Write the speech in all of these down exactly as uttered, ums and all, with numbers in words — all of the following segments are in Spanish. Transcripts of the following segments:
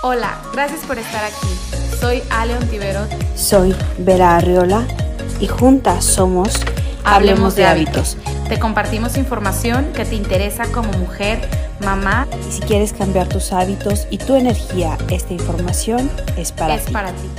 Hola, gracias por estar aquí. Soy Ale Ontiveros. Soy Vera Arriola y juntas somos Hablemos, Hablemos de, de hábitos. hábitos. Te compartimos información que te interesa como mujer, mamá. Y si quieres cambiar tus hábitos y tu energía, esta información es para es ti. para ti.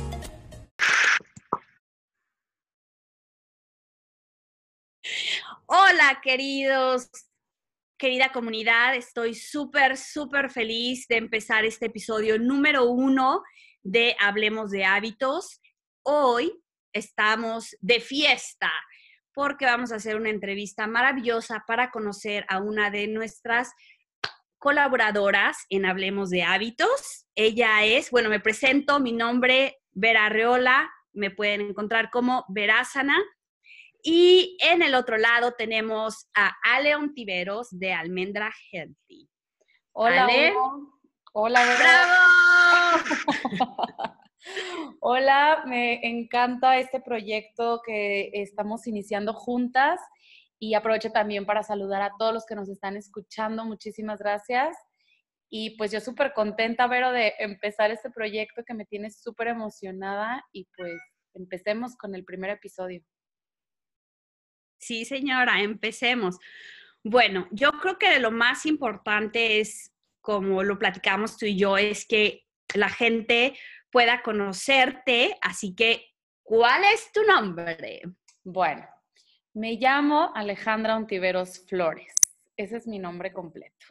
Hola, queridos, querida comunidad. Estoy súper, súper feliz de empezar este episodio número uno de Hablemos de Hábitos. Hoy estamos de fiesta porque vamos a hacer una entrevista maravillosa para conocer a una de nuestras colaboradoras en Hablemos de Hábitos. Ella es, bueno, me presento, mi nombre, Vera Arriola, me pueden encontrar como Verásana. Y en el otro lado tenemos a Ale Ontiveros de Almendra Healthy. Hola, Ale. Hola, hola ¡bravo! Hola, me encanta este proyecto que estamos iniciando juntas y aprovecho también para saludar a todos los que nos están escuchando. Muchísimas gracias. Y pues yo súper contenta, Vero, de empezar este proyecto que me tiene súper emocionada y pues empecemos con el primer episodio. Sí, señora, empecemos. Bueno, yo creo que de lo más importante es, como lo platicamos tú y yo, es que la gente pueda conocerte. Así que, ¿cuál es tu nombre? Bueno, me llamo Alejandra Ontiveros Flores. Ese es mi nombre completo.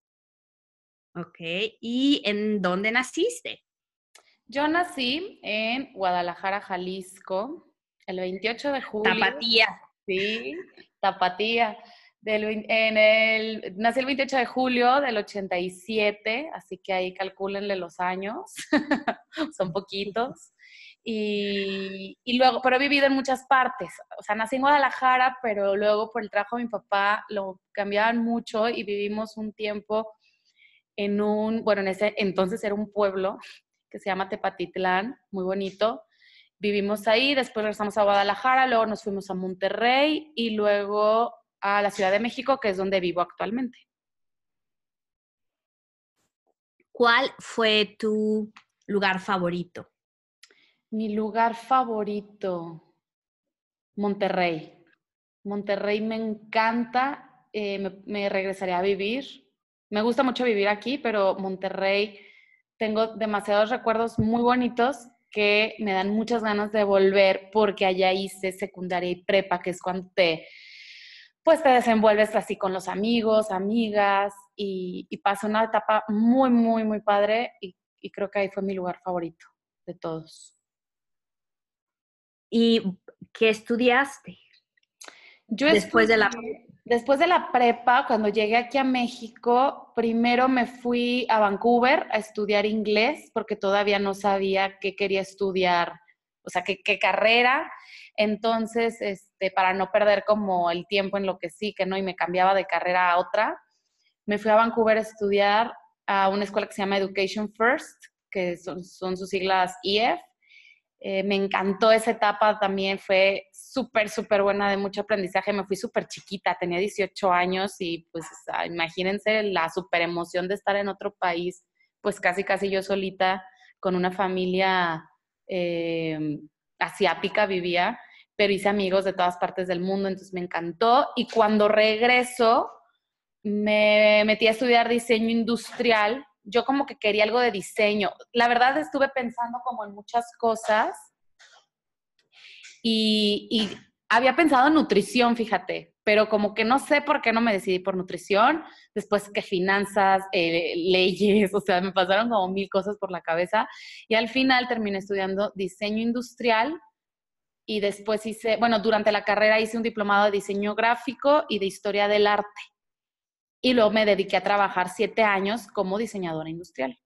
Ok, ¿y en dónde naciste? Yo nací en Guadalajara, Jalisco, el veintiocho de julio. Tapatía. Sí, Tapatía. Del, en el, nací el veintiocho de julio del ochenta y siete, así que ahí calcúlenle los años, son poquitos. Y, y luego, pero he vivido en muchas partes. O sea, nací en Guadalajara, pero luego por el trabajo de mi papá lo cambiaban mucho y vivimos un tiempo en un, bueno, en ese entonces era un pueblo que se llama Tepatitlán, muy bonito. Vivimos ahí, después regresamos a Guadalajara, luego nos fuimos a Monterrey y luego a la Ciudad de México, que es donde vivo actualmente. ¿Cuál fue tu lugar favorito? Mi lugar favorito, Monterrey. Monterrey me encanta, eh, me, me regresaría a vivir. Me gusta mucho vivir aquí, pero Monterrey, tengo demasiados recuerdos muy bonitos que me dan muchas ganas de volver porque allá hice secundaria y prepa, que es cuando te, pues te desenvuelves así con los amigos, amigas y, y pasé una etapa muy, muy, muy padre y, y creo que ahí fue mi lugar favorito de todos. ¿Y qué estudiaste? Yo Después estudié, de la... después de la prepa, cuando llegué aquí a México, primero me fui a Vancouver a estudiar inglés porque todavía no sabía qué quería estudiar, o sea, qué, qué carrera. Entonces, este, para no perder como el tiempo en lo que sí, que no, y me cambiaba de carrera a otra, me fui a Vancouver a estudiar a una escuela que se llama Education First, que son, son sus siglas E F. Eh, me encantó esa etapa también, fue súper, súper buena, de mucho aprendizaje. Me fui súper chiquita, tenía dieciocho años y pues o sea, imagínense la súper emoción de estar en otro país, pues casi, casi yo solita, con una familia eh, asiática vivía, pero hice amigos de todas partes del mundo, entonces me encantó. Y cuando regreso, me metí a estudiar diseño industrial. Yo como que quería algo de diseño. La verdad estuve pensando como en muchas cosas y, y había pensado en nutrición, fíjate, pero como que no sé por qué no me decidí por nutrición. Después que finanzas, eh, leyes, o sea, me pasaron como mil cosas por la cabeza y al final terminé estudiando diseño industrial y después hice, bueno, durante la carrera hice un diplomado de diseño gráfico y de historia del arte. Y luego me dediqué a trabajar siete años como diseñadora industrial.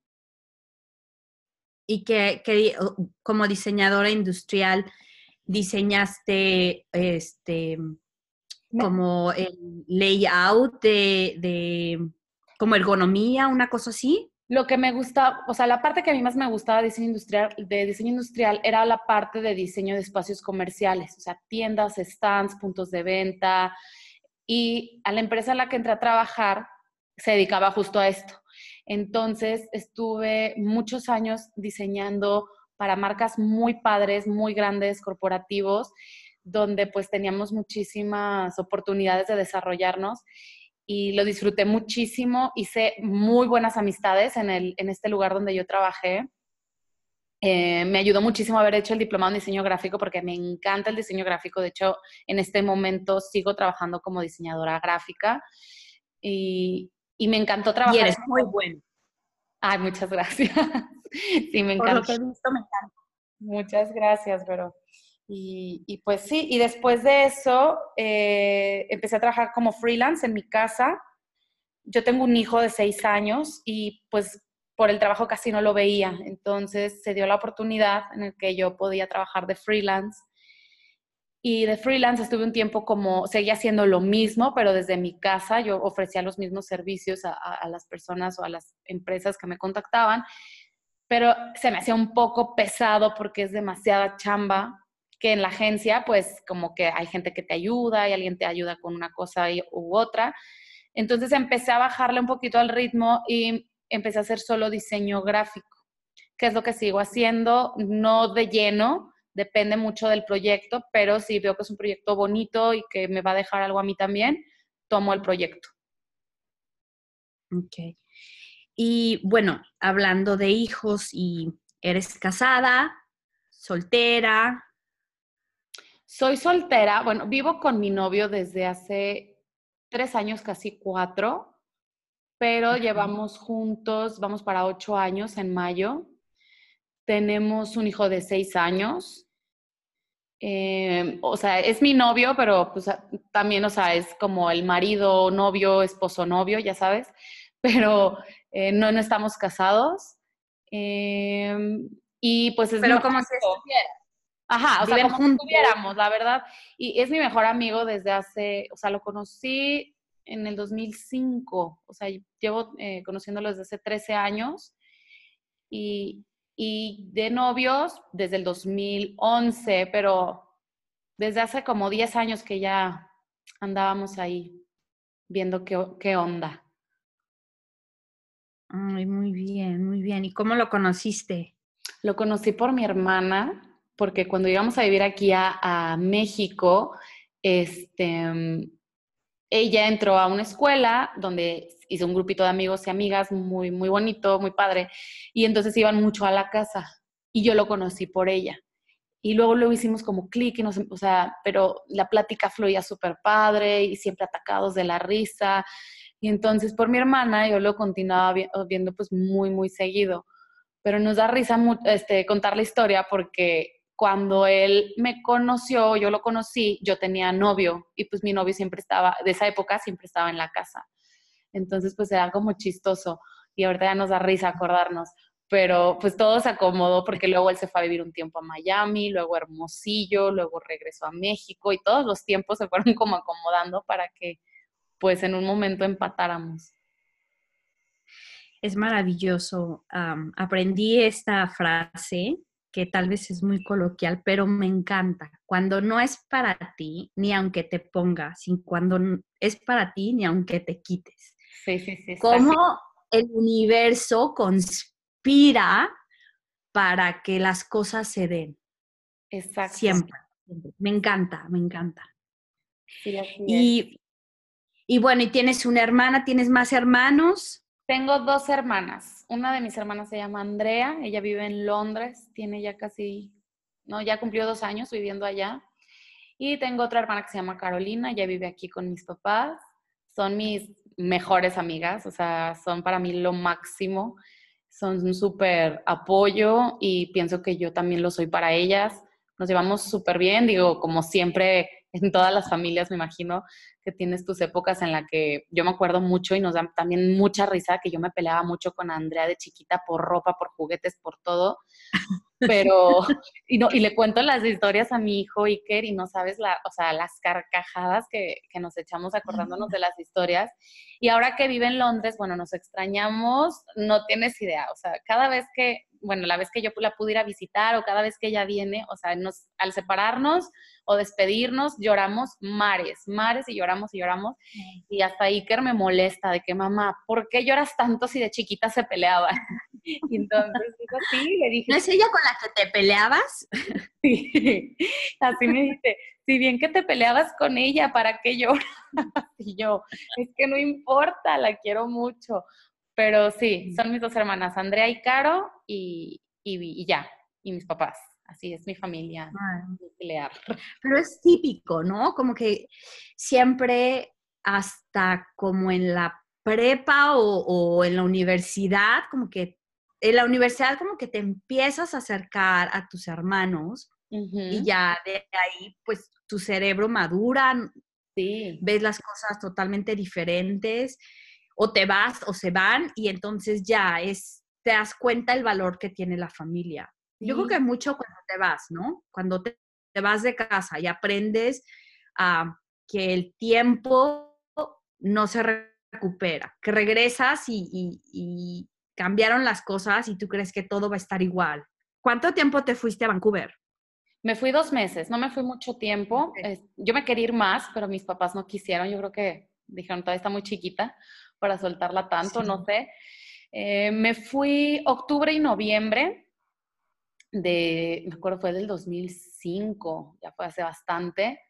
Y que, que como diseñadora industrial diseñaste este como el layout de, de como ergonomía, una cosa así. Lo que me gusta, o sea, la parte que a mí más me gustaba de diseño industrial, de diseño industrial era la parte de diseño de espacios comerciales, o sea, tiendas, stands, puntos de venta. Y a la empresa a la que entré a trabajar se dedicaba justo a esto. Entonces estuve muchos años diseñando para marcas muy padres, muy grandes, corporativos, donde pues teníamos muchísimas oportunidades de desarrollarnos y lo disfruté muchísimo. Hice muy buenas amistades en, el, en este lugar donde yo trabajé. Eh, me ayudó muchísimo haber hecho el diplomado en diseño gráfico porque me encanta el diseño gráfico. De hecho, en este momento sigo trabajando como diseñadora gráfica y, y me encantó Y trabajar. eres muy bueno. Ay, muchas gracias. Sí, me Por encanta. lo que he visto, me encanta. Muchas gracias, Vero. Y, y pues sí, y después de eso eh, empecé a trabajar como freelance en mi casa. Yo tengo un hijo de seis años y pues por el trabajo casi no lo veía. Entonces se dio la oportunidad en el que yo podía trabajar de freelance. Y de freelance estuve un tiempo como, seguía haciendo lo mismo, pero desde mi casa yo ofrecía los mismos servicios a, a, a las personas o a las empresas que me contactaban, pero se me hacía un poco pesado porque es demasiada chamba, que en la agencia pues como que hay gente que te ayuda y alguien te ayuda con una cosa y, u otra. Entonces empecé a bajarle un poquito al ritmo y empecé a hacer solo diseño gráfico, que es lo que sigo haciendo, no de lleno, depende mucho del proyecto, pero si veo que es un proyecto bonito y que me va a dejar algo a mí también, tomo el proyecto. Ok. Y bueno, hablando de hijos, ¿y eres casada, soltera? Soy soltera, bueno, vivo con mi novio desde hace tres años, casi cuatro, pero Ajá. llevamos juntos, vamos para ocho años en mayo. Tenemos un hijo de seis años. Eh, o sea, es mi novio, pero pues también, o sea, es como el marido, novio, esposo, novio, ya sabes, pero eh, no, no estamos casados. Eh, y pues es mi Pero mejor como si amigo. estuviera. Ajá, o sea, Viven como si juntos. estuviéramos, la verdad. Y es mi mejor amigo desde hace, o sea, lo conocí en el dos mil cinco, o sea, llevo eh, conociéndolo desde hace trece años. Y, y de novios desde el dos mil once, pero desde hace como diez años que ya andábamos ahí viendo qué, qué onda. Ay, muy bien, muy bien. ¿Y cómo lo conociste? Lo conocí por mi hermana, porque cuando íbamos a vivir aquí a, a México, este, ella entró a una escuela donde hizo un grupito de amigos y amigas muy, muy bonito, muy padre, y entonces iban mucho a la casa, y yo lo conocí por ella. Y luego lo hicimos como clic, y nos, o sea, pero la plática fluía súper padre y siempre atacados de la risa. Y entonces por mi hermana yo lo continuaba vi- viendo pues muy, muy seguido. Pero nos da risa mu- este, contar la historia porque cuando él me conoció, yo lo conocí, yo tenía novio y pues mi novio siempre estaba, de esa época siempre estaba en la casa. Entonces pues era como chistoso y ahorita ya nos da risa acordarnos. Pero pues todo se acomodó porque luego él se fue a vivir un tiempo a Miami, luego a Hermosillo, luego regresó a México y todos los tiempos se fueron como acomodando para que pues en un momento empatáramos. Es maravilloso. Am, aprendí esta frase que tal vez es muy coloquial, pero me encanta. Cuando no es para ti, ni aunque te pongas, y cuando n- es para ti, ni aunque te quites. Sí, sí, sí, Cómo exacto. el universo conspira para que las cosas se den. Exacto. Siempre. siempre. Me encanta, me encanta. Sí, así es. Y, y bueno, y tienes una hermana, ¿tienes más hermanos? Tengo dos hermanas. Una de mis hermanas se llama Andrea, ella vive en Londres, tiene ya casi, no, ya cumplió dos años viviendo allá. Y tengo otra hermana que se llama Carolina, ella vive aquí con mis papás. Son mis mejores amigas, o sea, son para mí lo máximo. Son un súper apoyo y pienso que yo también lo soy para ellas. Nos llevamos súper bien, digo, como siempre en todas las familias, me imagino que tienes tus épocas en la que yo me acuerdo mucho y nos da también mucha risa que yo me peleaba mucho con Andrea de chiquita por ropa, por juguetes, por todo, pero, y, no, y le cuento las historias a mi hijo Iker y no sabes, la, o sea, las carcajadas que, que nos echamos acordándonos de las historias. Y ahora que vive en Londres, bueno, nos extrañamos, no tienes idea, o sea, cada vez que bueno, la vez que yo la pude ir a visitar o cada vez que ella viene, o sea, nos, al separarnos o despedirnos, lloramos mares, mares y lloramos y lloramos. Y hasta Iker me molesta de que, mamá, ¿por qué lloras tanto si de chiquita se peleaban? Y entonces dijo, sí, le dije. ¿No es ella con la que te peleabas? Sí, así me dice, si bien que te peleabas con ella, ¿para qué lloras? Y yo, es que no importa, la quiero mucho. Pero sí, son mis dos hermanas, Andrea y Caro, y, y, y ya, y mis papás. Así es mi familia nuclear. Pero es típico, ¿no? Como que siempre hasta como en la prepa o, o en la universidad, como que en la universidad como que te empiezas a acercar a tus hermanos uh-huh. y ya de ahí pues tu cerebro madura, sí. ves las cosas totalmente diferentes, o te vas o se van y entonces ya es, te das cuenta el valor que tiene la familia. Sí. Yo creo que mucho cuando te vas, ¿no? Cuando te, te vas de casa y aprendes uh, que el tiempo no se recupera, que regresas y, y, y cambiaron las cosas y tú crees que todo va a estar igual. ¿Cuánto tiempo te fuiste a Vancouver? Me fui dos meses, no me fui mucho tiempo. Okay. Yo me quería ir más, pero mis papás no quisieron. Yo creo que dijeron, todavía está muy chiquita para soltarla tanto, sí. no sé. Eh, me fui octubre y noviembre de, me acuerdo, fue del dos mil cinco, ya fue hace bastante.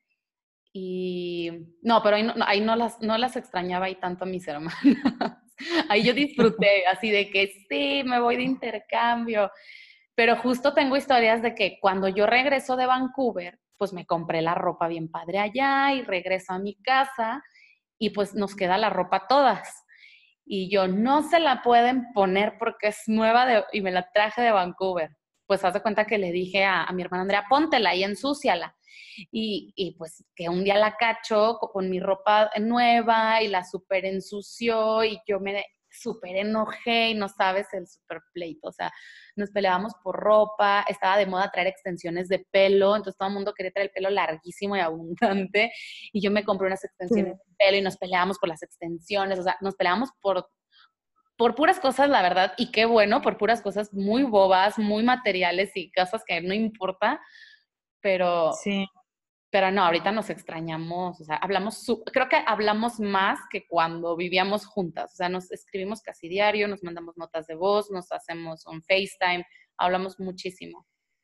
Y no, pero ahí no, ahí no, las, no las extrañaba ahí tanto a mis hermanas. Ahí yo disfruté, así de que sí, me voy de intercambio. Pero justo tengo historias de que cuando yo regreso de Vancouver, pues me compré la ropa bien padre allá y regreso a mi casa y pues nos queda la ropa todas. Y yo, no se la pueden poner porque es nueva de, y me la traje de Vancouver. Pues haz de cuenta que le dije a, a mi hermana Andrea, póntela y ensúciala. Y, y pues que un día la cacho con mi ropa nueva y la súper ensució y yo me súper enojé y no sabes el súper pleito. O sea, nos peleábamos por ropa, estaba de moda traer extensiones de pelo, entonces todo el mundo quería traer el pelo larguísimo y abundante y yo me compré unas extensiones sí. de pelo y nos peleábamos por las extensiones, o sea, nos peleábamos por, por puras cosas, la verdad, y qué bueno, por puras cosas muy bobas, muy materiales y cosas que no importa, pero... Sí. Pero no, ahorita nos extrañamos, o sea, hablamos, su, creo que hablamos más que cuando vivíamos juntas, o sea, nos escribimos casi diario, nos mandamos notas de voz, nos hacemos un FaceTime, hablamos muchísimo.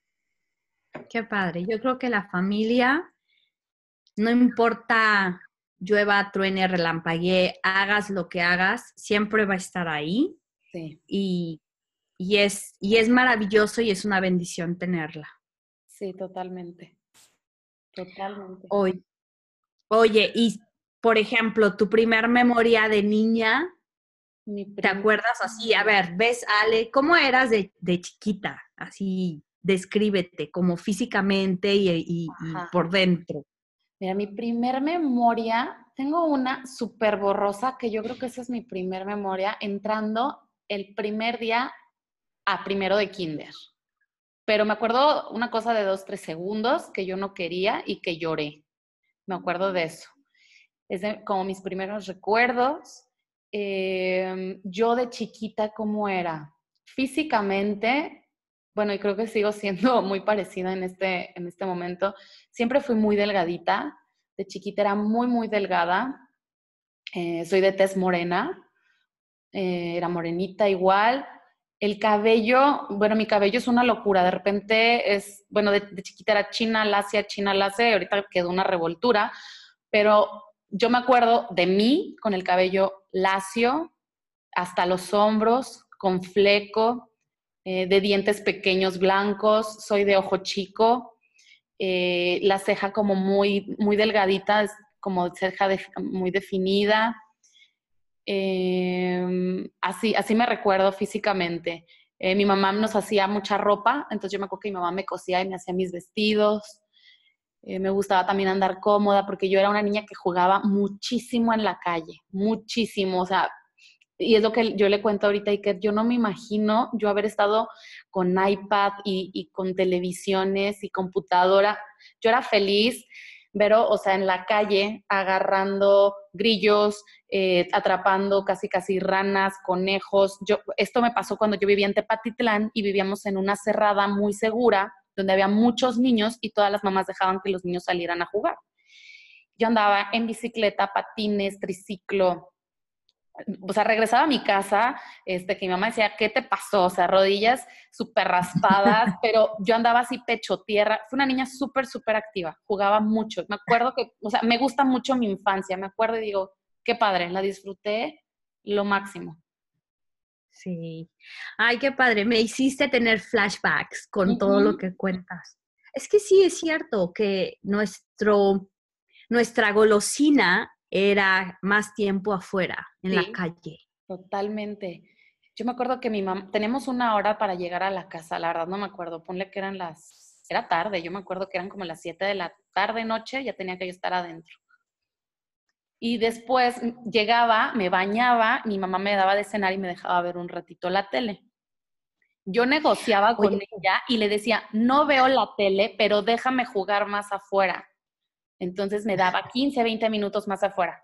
Qué padre, yo creo que la familia, no importa llueva, truene, relampaguee, hagas lo que hagas, siempre va a estar ahí. Sí. Y, y, es, y es maravilloso y es una bendición tenerla. Sí, totalmente. Totalmente. Oye, oye, y por ejemplo, tu primer memoria de niña, ¿te acuerdas así? A ver, ves, Ale, ¿cómo eras de, de chiquita? Así, descríbete, como físicamente y, y, y por dentro. Mira, mi primer memoria, tengo una súper borrosa, que yo creo que esa es mi primer memoria, entrando el primer día a primero de kinder. Pero me acuerdo una cosa de dos, tres segundos que yo no quería y que lloré. Me acuerdo de eso. Es de, como mis primeros recuerdos. Eh, yo de chiquita, ¿cómo era? Físicamente, bueno, y creo que sigo siendo muy parecida en este, en este momento. Siempre fui muy delgadita. De chiquita era muy, muy delgada. Eh, soy de tez morena. Eh, era morenita igual. El cabello, bueno, mi cabello es una locura. De repente es, bueno, de, de chiquita era china, lacia, china, lacia, y ahorita quedó una revoltura. Pero yo me acuerdo de mí con el cabello lacio, hasta los hombros, con fleco, eh, de dientes pequeños blancos, soy de ojo chico, eh, la ceja como muy, muy delgadita, es como ceja de, muy definida. Eh, así, así me recuerdo físicamente. Eh, mi mamá nos hacía mucha ropa, entonces yo me acuerdo que mi mamá me cosía y me hacía mis vestidos. Eh, me gustaba también andar cómoda porque yo era una niña que jugaba muchísimo en la calle, muchísimo, o sea, y es lo que yo le cuento ahorita y que yo no me imagino yo haber estado con iPad y, y con televisiones y computadora. Yo era feliz Pero, o sea, en la calle, agarrando grillos, eh, atrapando casi casi ranas, conejos. Yo, esto me pasó cuando yo vivía en Tepatitlán y vivíamos en una cerrada muy segura, donde había muchos niños y todas las mamás dejaban que los niños salieran a jugar. Yo andaba en bicicleta, patines, triciclo. O sea, regresaba a mi casa, este, que mi mamá decía, ¿qué te pasó? O sea, rodillas súper raspadas, pero yo andaba así pecho tierra. Fui una niña súper, súper activa, jugaba mucho. Me acuerdo que, o sea, me gusta mucho mi infancia, me acuerdo y digo, qué padre, la disfruté lo máximo. Sí. Ay, qué padre. Me hiciste tener flashbacks con todo lo Uh-huh. que cuentas. Es que sí es cierto que nuestro, nuestra golosina era más tiempo afuera, en la Sí, calle. totalmente. Yo me acuerdo que mi mamá, tenemos una hora para llegar a la casa, la verdad no me acuerdo, ponle que eran las, era tarde, yo me acuerdo que eran como las siete de la tarde, noche, ya tenía que yo estar adentro. Y después llegaba, me bañaba, mi mamá me daba de cenar y me dejaba ver un ratito la tele. Yo negociaba con Oye, ella y le decía, no veo la tele, pero déjame jugar más afuera. Entonces me daba quince, veinte minutos más afuera.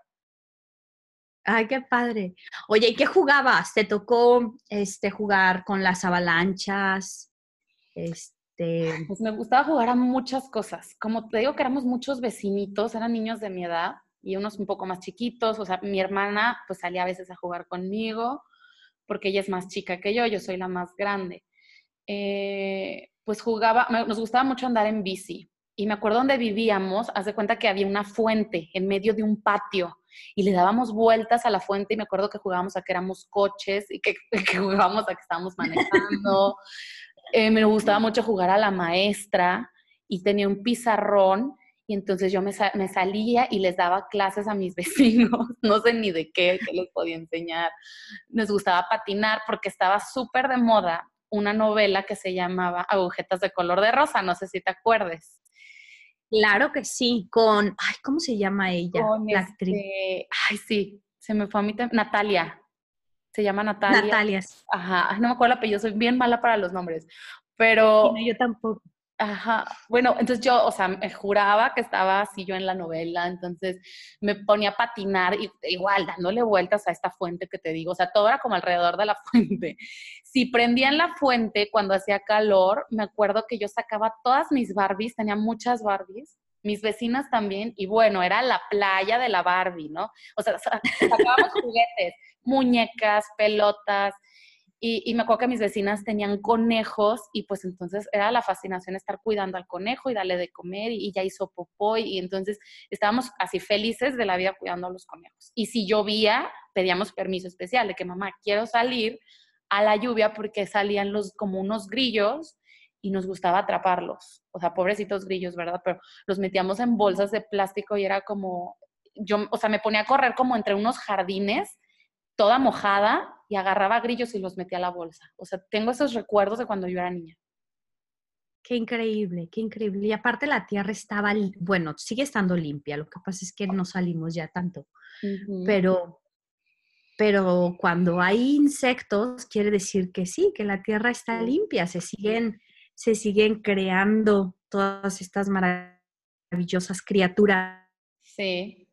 ay, qué padre. Oye, ¿y qué jugabas? ¿Te tocó este, jugar con las avalanchas? Este, Pues me gustaba jugar a muchas cosas. Como te digo que éramos muchos vecinitos, eran niños de mi edad y unos un poco más chiquitos. O sea, mi hermana pues salía a veces a jugar conmigo porque ella es más chica que yo, yo soy la más grande. Eh, pues jugaba, nos gustaba mucho andar en bici. Y me acuerdo donde vivíamos, haz de cuenta que había una fuente en medio de un patio y le dábamos vueltas a la fuente y me acuerdo que jugábamos a que éramos coches y que, que jugábamos a que estábamos manejando. Eh, me gustaba mucho jugar a la maestra y tenía un pizarrón y entonces yo me, sa- me salía y les daba clases a mis vecinos, no sé ni de qué, qué les podía enseñar. Nos gustaba patinar porque estaba súper de moda una novela que se llamaba Agujetas de color de rosa, no sé si te acuerdes. claro que sí, con, ay, ¿cómo se llama ella? Con La actriz. este, ay sí, se me fue a mí, tam- Natalia, se llama Natalia. Natalia. Ajá, ay, no me acuerdo el apellido, soy bien mala para los nombres, Sí, no, pero yo tampoco. ajá, bueno, entonces yo, o sea, me juraba que estaba así yo en la novela, entonces me ponía a patinar y, igual dándole vueltas a esta fuente que te digo, o sea, todo era como alrededor de la fuente. Si prendían la fuente cuando hacía calor, me acuerdo que yo sacaba todas mis Barbies, tenía muchas Barbies, mis vecinas también, y bueno, era la playa de la Barbie, ¿no? O sea, sa- sacábamos juguetes, muñecas, pelotas, y, y me acuerdo que mis vecinas tenían conejos y pues entonces era la fascinación estar cuidando al conejo y darle de comer y, y ya hizo popó y, y entonces estábamos así felices de la vida cuidando a los conejos. Y si llovía, pedíamos permiso especial de que mamá, quiero salir a la lluvia porque salían los como unos grillos y nos gustaba atraparlos. O sea, pobrecitos grillos, ¿verdad? Pero los metíamos en bolsas de plástico y era como, yo, o sea, me ponía a correr como entre unos jardines toda mojada y agarraba grillos y los metía a la bolsa. O sea, tengo esos recuerdos de cuando yo era niña. Qué increíble, qué increíble. Y aparte la tierra estaba, li- bueno, sigue estando limpia, lo que pasa es que no salimos ya tanto, Uh-huh. pero, pero cuando hay insectos, quiere decir que sí, que la tierra está Sí. limpia, se siguen, se siguen creando todas estas maravillosas criaturas Sí,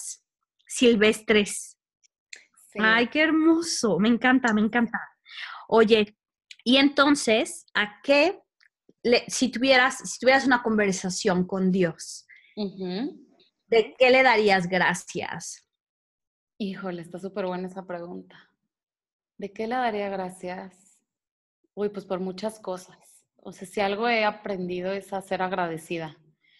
silvestres. sí. Ay, qué hermoso, me encanta, me encanta. Oye, y entonces, ¿a qué, le- si tuvieras, si tuvieras una conversación con Dios, Uh-huh. ¿de qué le darías gracias? Híjole, está súper buena esa pregunta. ¿De qué le daría gracias? Uy, pues por muchas cosas. O sea, si algo he aprendido es a ser agradecida.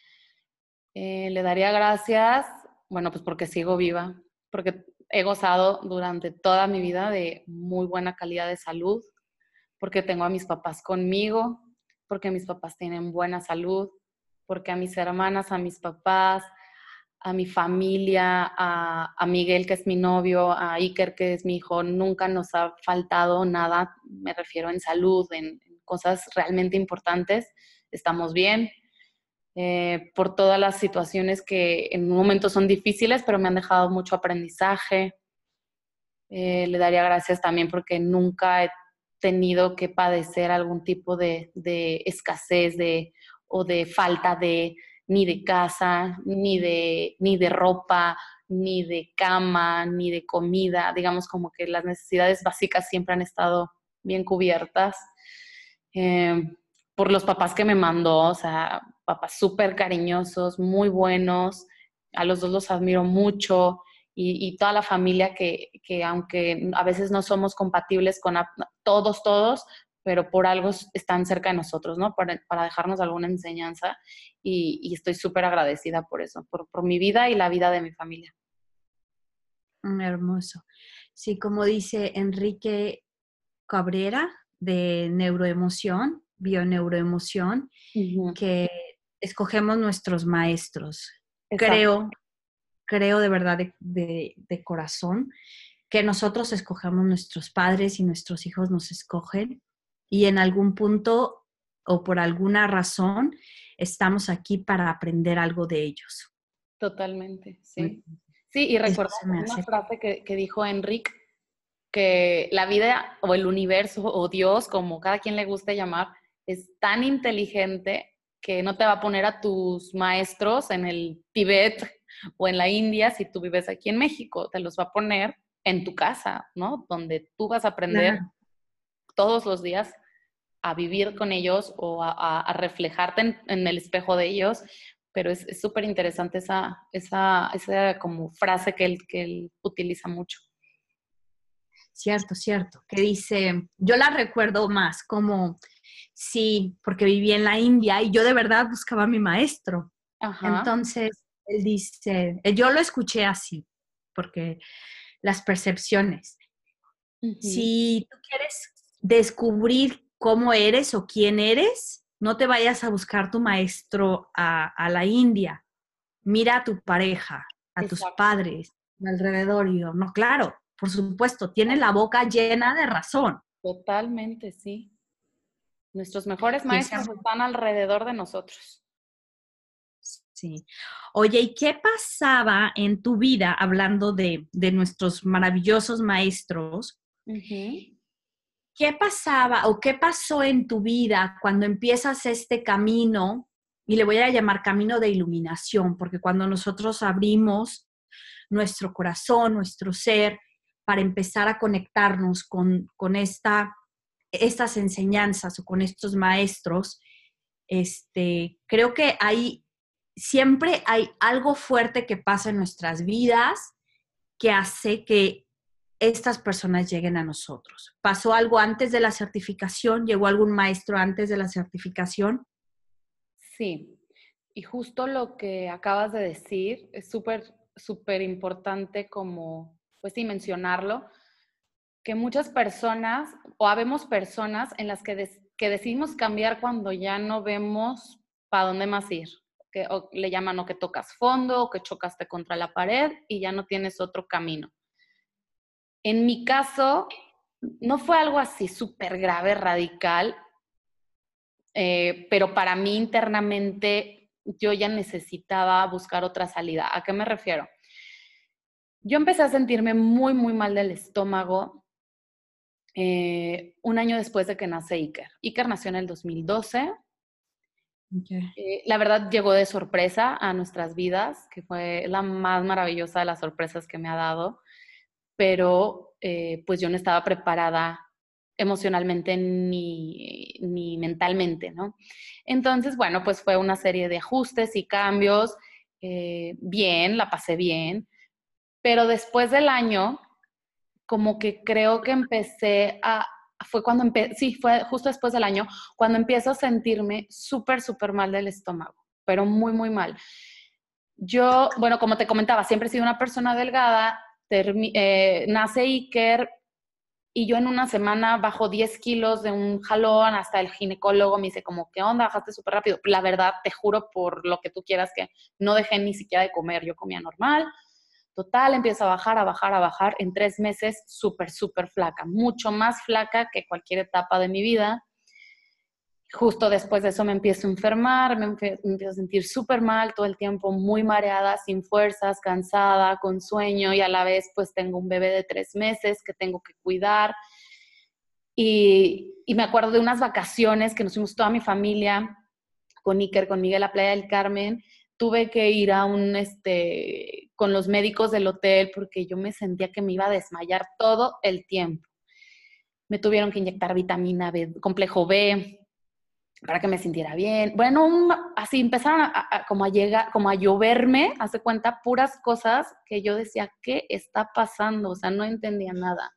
Eh, le daría gracias, bueno, pues porque sigo viva, porque he gozado durante toda mi vida de muy buena calidad de salud, porque tengo a mis papás conmigo, porque mis papás tienen buena salud, porque a mis hermanas, a mis papás, a mi familia, a, a Miguel, que es mi novio, a Iker, que es mi hijo, nunca nos ha faltado nada, me refiero en salud, en, en cosas realmente importantes, estamos bien. Eh, por todas las situaciones que en un momento son difíciles, pero me han dejado mucho aprendizaje. Eh, le daría gracias también porque nunca he tenido que padecer algún tipo de, de escasez de, o de falta de, ni de casa, ni de, ni de ropa, ni de cama, ni de comida. Digamos como que las necesidades básicas siempre han estado bien cubiertas. Eh, por los papás que me mandó, o sea, papás súper cariñosos, muy buenos, a los dos los admiro mucho, y, y toda la familia que, que aunque a veces no somos compatibles con a, todos, todos, pero por algo están cerca de nosotros, ¿no? Para, para dejarnos alguna enseñanza, y, y estoy súper agradecida por eso, por, por mi vida y la vida de mi familia. Mm, hermoso. Sí, como dice Enrique Cabrera de Neuroemoción, Bioneuroemoción, Uh-huh. que escogemos nuestros maestros. Exacto. Creo, creo de verdad, de, de, de corazón, que nosotros escogemos nuestros padres y nuestros hijos nos escogen, y en algún punto o por alguna razón estamos aquí para aprender algo de ellos. Totalmente, sí. Sí, y Eso recordar se me una hace. frase que, que dijo Enrique, que la vida o el universo o Dios, como cada quien le guste llamar, es tan inteligente que no te va a poner a tus maestros en el Tíbet o en la India si tú vives aquí en México, te los va a poner en tu casa, ¿no? Donde tú vas a aprender Claro. todos los días a vivir con ellos o a, a, a reflejarte en, en el espejo de ellos. Pero es súper interesante esa, esa, esa como frase que él, que él utiliza mucho. Cierto, cierto. Que dice, yo la recuerdo más como, sí, porque viví en la India y yo de verdad buscaba a mi maestro. Ajá. Entonces, él dice, yo lo escuché así, porque las percepciones. Uh-huh. Si tú quieres descubrir cómo eres o quién eres, no te vayas a buscar tu maestro a, a la India. Mira a tu pareja, a Exacto. tus padres, alrededor. Y yo, no, claro, por supuesto, tiene la boca llena de razón. Totalmente, sí. Nuestros mejores Y ese maestros están alrededor de nosotros. Sí. Oye, ¿y qué pasaba en tu vida, hablando de, de nuestros maravillosos maestros? Uh-huh. ¿Qué pasaba o qué pasó en tu vida cuando empiezas este camino? Y le voy a llamar camino de iluminación, porque cuando nosotros abrimos nuestro corazón, nuestro ser, para empezar a conectarnos con, con esta, estas enseñanzas o con estos maestros, este, creo que hay, siempre hay algo fuerte que pasa en nuestras vidas que hace que estas personas lleguen a nosotros. ¿Pasó algo antes de la certificación? ¿Llegó algún maestro antes de la certificación? Sí, y justo lo que acabas de decir es súper, súper importante como, pues sí, mencionarlo, que muchas personas, o habemos personas en las que, des, que decidimos cambiar cuando ya no vemos para dónde más ir, que o le llaman o que tocas fondo, o que chocaste contra la pared y ya no tienes otro camino. En mi caso, no fue algo así súper grave, radical, eh, pero para mí internamente yo ya necesitaba buscar otra salida. ¿A qué me refiero? Yo empecé a sentirme muy, muy mal del estómago eh, un año después de que nace Iker. Iker nació en el dos mil doce. Okay. Eh, la verdad llegó de sorpresa a nuestras vidas, que fue la más maravillosa de las sorpresas que me ha dado, pero eh, pues yo no estaba preparada emocionalmente ni, ni mentalmente, ¿no? Entonces, bueno, pues fue una serie de ajustes y cambios, eh, bien, la pasé bien, pero después del año, como que creo que empecé a, fue cuando empecé, sí, fue justo después del año, cuando empiezo a sentirme súper, súper mal del estómago, pero muy, muy mal. Yo, bueno, como te comentaba, siempre he sido una persona delgada, termi, eh, nace Iker y yo en una semana bajo diez kilos de un jalón, hasta el ginecólogo me dice como, ¿qué onda? Bajaste súper rápido. La verdad, te juro por lo que tú quieras que no dejé ni siquiera de comer, yo comía normal. Total, empiezo a bajar, a bajar, a bajar. En tres meses, súper, súper flaca, mucho más flaca que cualquier etapa de mi vida. Justo después de eso me empiezo a enfermar, me, me empiezo a sentir súper mal todo el tiempo, muy mareada, sin fuerzas, cansada, con sueño, y a la vez pues tengo un bebé de tres meses que tengo que cuidar. Y, y me acuerdo de unas vacaciones que nos fuimos toda mi familia con Iker, con Miguel a Playa del Carmen, tuve que ir a un, este, con los médicos del hotel porque yo me sentía que me iba a desmayar todo el tiempo. Me tuvieron que inyectar vitamina B, complejo B, para que me sintiera bien. Bueno, un, así empezaron a, a, como a llegar, como a lloverme, hace cuenta, puras cosas que yo decía, ¿qué está pasando? O sea, no entendía nada.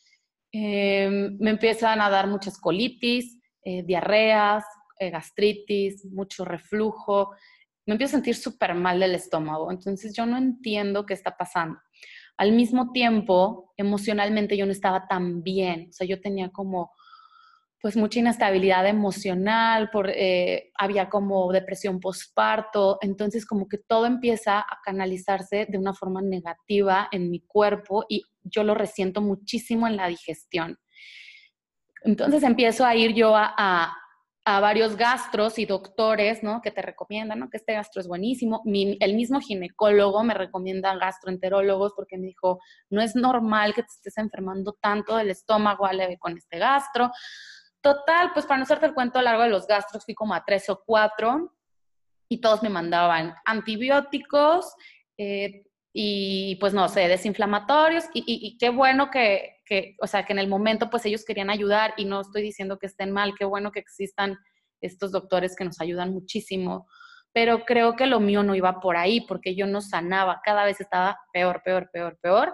Eh, me empiezan a dar muchas colitis, eh, diarreas, eh, gastritis, mucho reflujo. Me empiezo a sentir súper mal del estómago. Entonces yo no entiendo qué está pasando. Al mismo tiempo, emocionalmente yo no estaba tan bien. O sea, yo tenía como pues mucha inestabilidad emocional, por, eh, había como depresión postparto, entonces como que todo empieza a canalizarse de una forma negativa en mi cuerpo y yo lo resiento muchísimo en la digestión. Entonces empiezo a ir yo a, a, a varios gastros y doctores, ¿no? Que te recomiendan, ¿no? Que este gastro es buenísimo. Mi, el mismo ginecólogo me recomienda gastroenterólogos porque me dijo, no es normal que te estés enfermando tanto del estómago, Ale, con este gastro. Total, pues para no hacerte el cuento largo de los gastros, fui como a tres o cuatro y todos me mandaban antibióticos eh, y pues no sé, desinflamatorios y, y, y qué bueno que, que, o sea, que en el momento pues ellos querían ayudar y no estoy diciendo que estén mal, qué bueno que existan estos doctores que nos ayudan muchísimo, pero creo que lo mío no iba por ahí porque yo no sanaba, cada vez estaba peor, peor, peor, peor.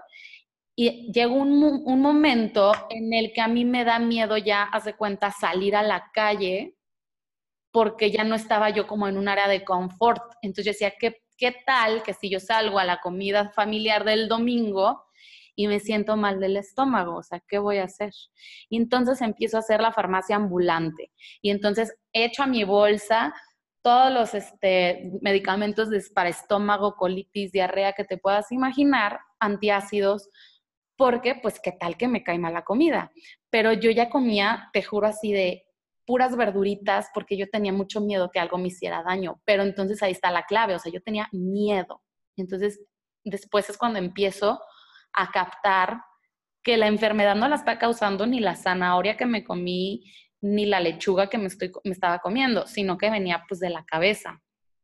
Y llegó un, un momento en el que a mí me da miedo ya, haz de cuenta, salir a la calle porque ya no estaba yo como en un área de confort. Entonces yo decía, ¿qué, qué tal que si yo salgo a la comida familiar del domingo y me siento mal del estómago? O sea, ¿qué voy a hacer? Y entonces empiezo a hacer la farmacia ambulante. Y entonces echo a mi bolsa todos los este, medicamentos para estómago, colitis, diarrea que te puedas imaginar, antiácidos, porque pues qué tal que me cae mal la comida. Pero yo ya comía, te juro así de puras verduritas porque yo tenía mucho miedo que algo me hiciera daño. Pero entonces ahí está la clave, o sea, yo tenía miedo. Entonces después es cuando empiezo a captar que la enfermedad no la está causando ni la zanahoria que me comí, ni la lechuga que me, estoy, me estaba comiendo, sino que venía pues de la cabeza.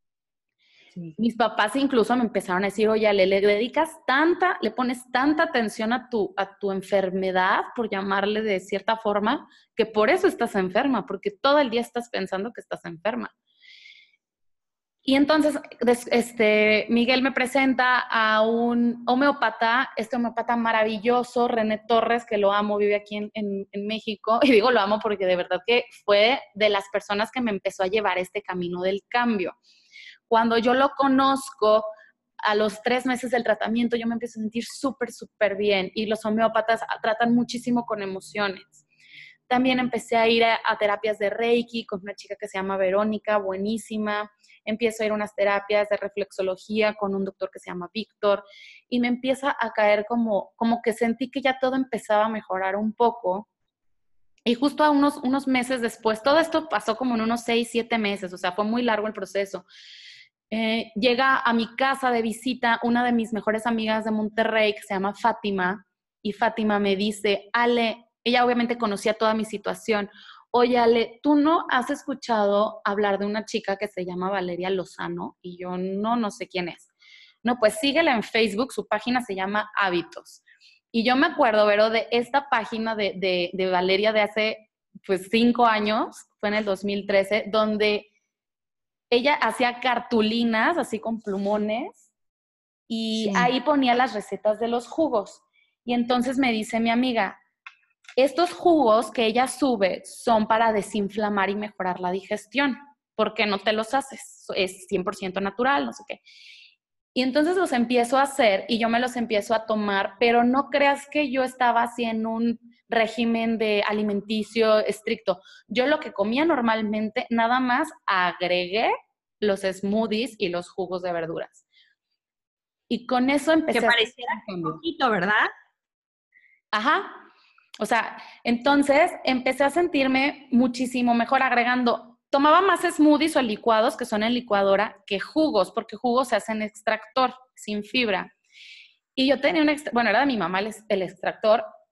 Sí. Mis papás incluso me empezaron a decir, oye, le, le dedicas tanta, le pones tanta atención a tu, a tu enfermedad, por llamarle de cierta forma, que por eso estás enferma, porque todo el día estás pensando que estás enferma. Y entonces este, Miguel me presenta a un homeópata, este homeópata maravilloso, René Torres, que lo amo, vive aquí en, en, en México, y digo lo amo porque de verdad que fue de las personas que me empezó a llevar este camino del cambio. Cuando yo lo conozco, a los tres meses del tratamiento, yo me empiezo a sentir súper, súper bien. Y los homeópatas tratan muchísimo con emociones. También empecé a ir a, a terapias de Reiki con una chica que se llama Verónica, buenísima. Empiezo a ir a unas terapias de reflexología con un doctor que se llama Víctor. Y me empieza a caer como, como que sentí que ya todo empezaba a mejorar un poco. Y justo a unos, unos meses después, todo esto pasó como en unos seis, siete meses, o sea, fue muy largo el proceso. Eh, llega a mi casa de visita una de mis mejores amigas de Monterrey que se llama Fátima, y Fátima me dice, Ale, ella obviamente conocía toda mi situación, oye Ale, ¿tú no has escuchado hablar de una chica que se llama Valeria Lozano? Y yo, no, no sé quién es. No, pues síguela en Facebook, su página se llama Hábitos. Y yo me acuerdo, Vero, de esta página de, de, de Valeria de hace pues cinco años, fue en el dos mil trece, donde ella hacía cartulinas así con plumones y sí, ahí ponía las recetas de los jugos. Y entonces me dice mi amiga, estos jugos que ella sube son para desinflamar y mejorar la digestión. ¿Por qué no te los haces? Es cien por ciento natural, no sé qué. Y entonces los empiezo a hacer y yo me los empiezo a tomar, pero no creas que yo estaba así en un régimen de alimenticio estricto. Yo lo que comía normalmente, nada más agregué los smoothies y los jugos de verduras. Y con eso empecé que pareciera a un poquito, ¿verdad? Ajá. O sea, entonces empecé a sentirme muchísimo mejor agregando. Tomaba más smoothies o licuados, que son en licuadora, que jugos, porque jugos se hacen extractor, sin fibra. Y yo tenía un, extra, bueno, era de mi mamá el, el extractor,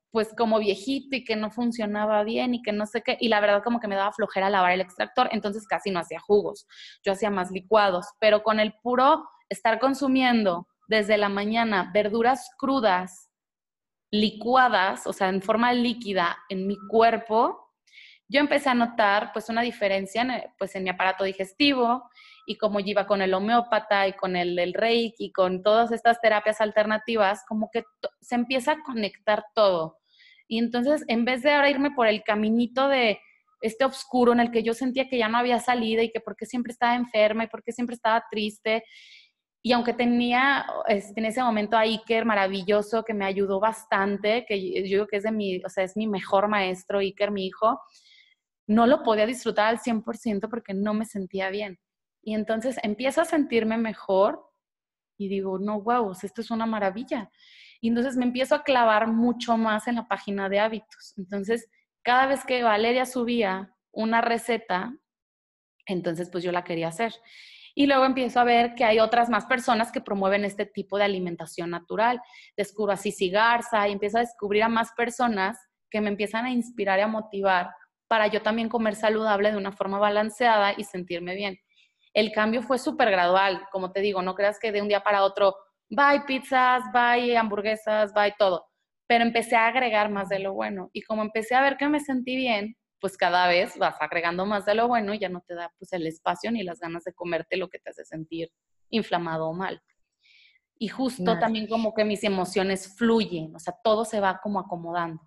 pues como viejito y que no funcionaba bien y que no sé qué, y la verdad como que me daba flojera lavar el extractor, entonces casi no hacía jugos, yo hacía más licuados, pero con el puro estar consumiendo desde la mañana verduras crudas, licuadas, o sea, en forma líquida en mi cuerpo, yo empecé a notar pues una diferencia en, pues, en mi aparato digestivo, y como yo iba con el homeópata y con el, el reiki y con todas estas terapias alternativas, como que se empieza a conectar todo. Y entonces, en vez de ahora irme por el caminito de este oscuro en el que yo sentía que ya no había salida y que porque siempre estaba enferma y porque siempre estaba triste, y aunque tenía este, en ese momento a Iker maravilloso que me ayudó bastante, que yo digo que es de mi, o sea, es mi mejor maestro, Iker, mi hijo, no lo podía disfrutar al cien por ciento porque no me sentía bien. Y entonces empiezo a sentirme mejor y digo, no, wow, esto es una maravilla. Y entonces me empiezo a clavar mucho más en la página de hábitos. Entonces, cada vez que Valeria subía una receta, entonces pues yo la quería hacer. Y luego empiezo a ver que hay otras más personas que promueven este tipo de alimentación natural. Descubro a Cici Garza y empiezo a descubrir a más personas que me empiezan a inspirar y a motivar para yo también comer saludable de una forma balanceada y sentirme bien. El cambio fue súper gradual, como te digo, no creas que de un día para otro, bye pizzas, bye hamburguesas, bye todo. Pero empecé a agregar más de lo bueno. Y como empecé a ver que me sentí bien, pues cada vez vas agregando más de lo bueno y ya no te da pues el espacio ni las ganas de comerte lo que te hace sentir inflamado o mal. Y justo Claro. también como que mis emociones fluyen, o sea, todo se va como acomodando.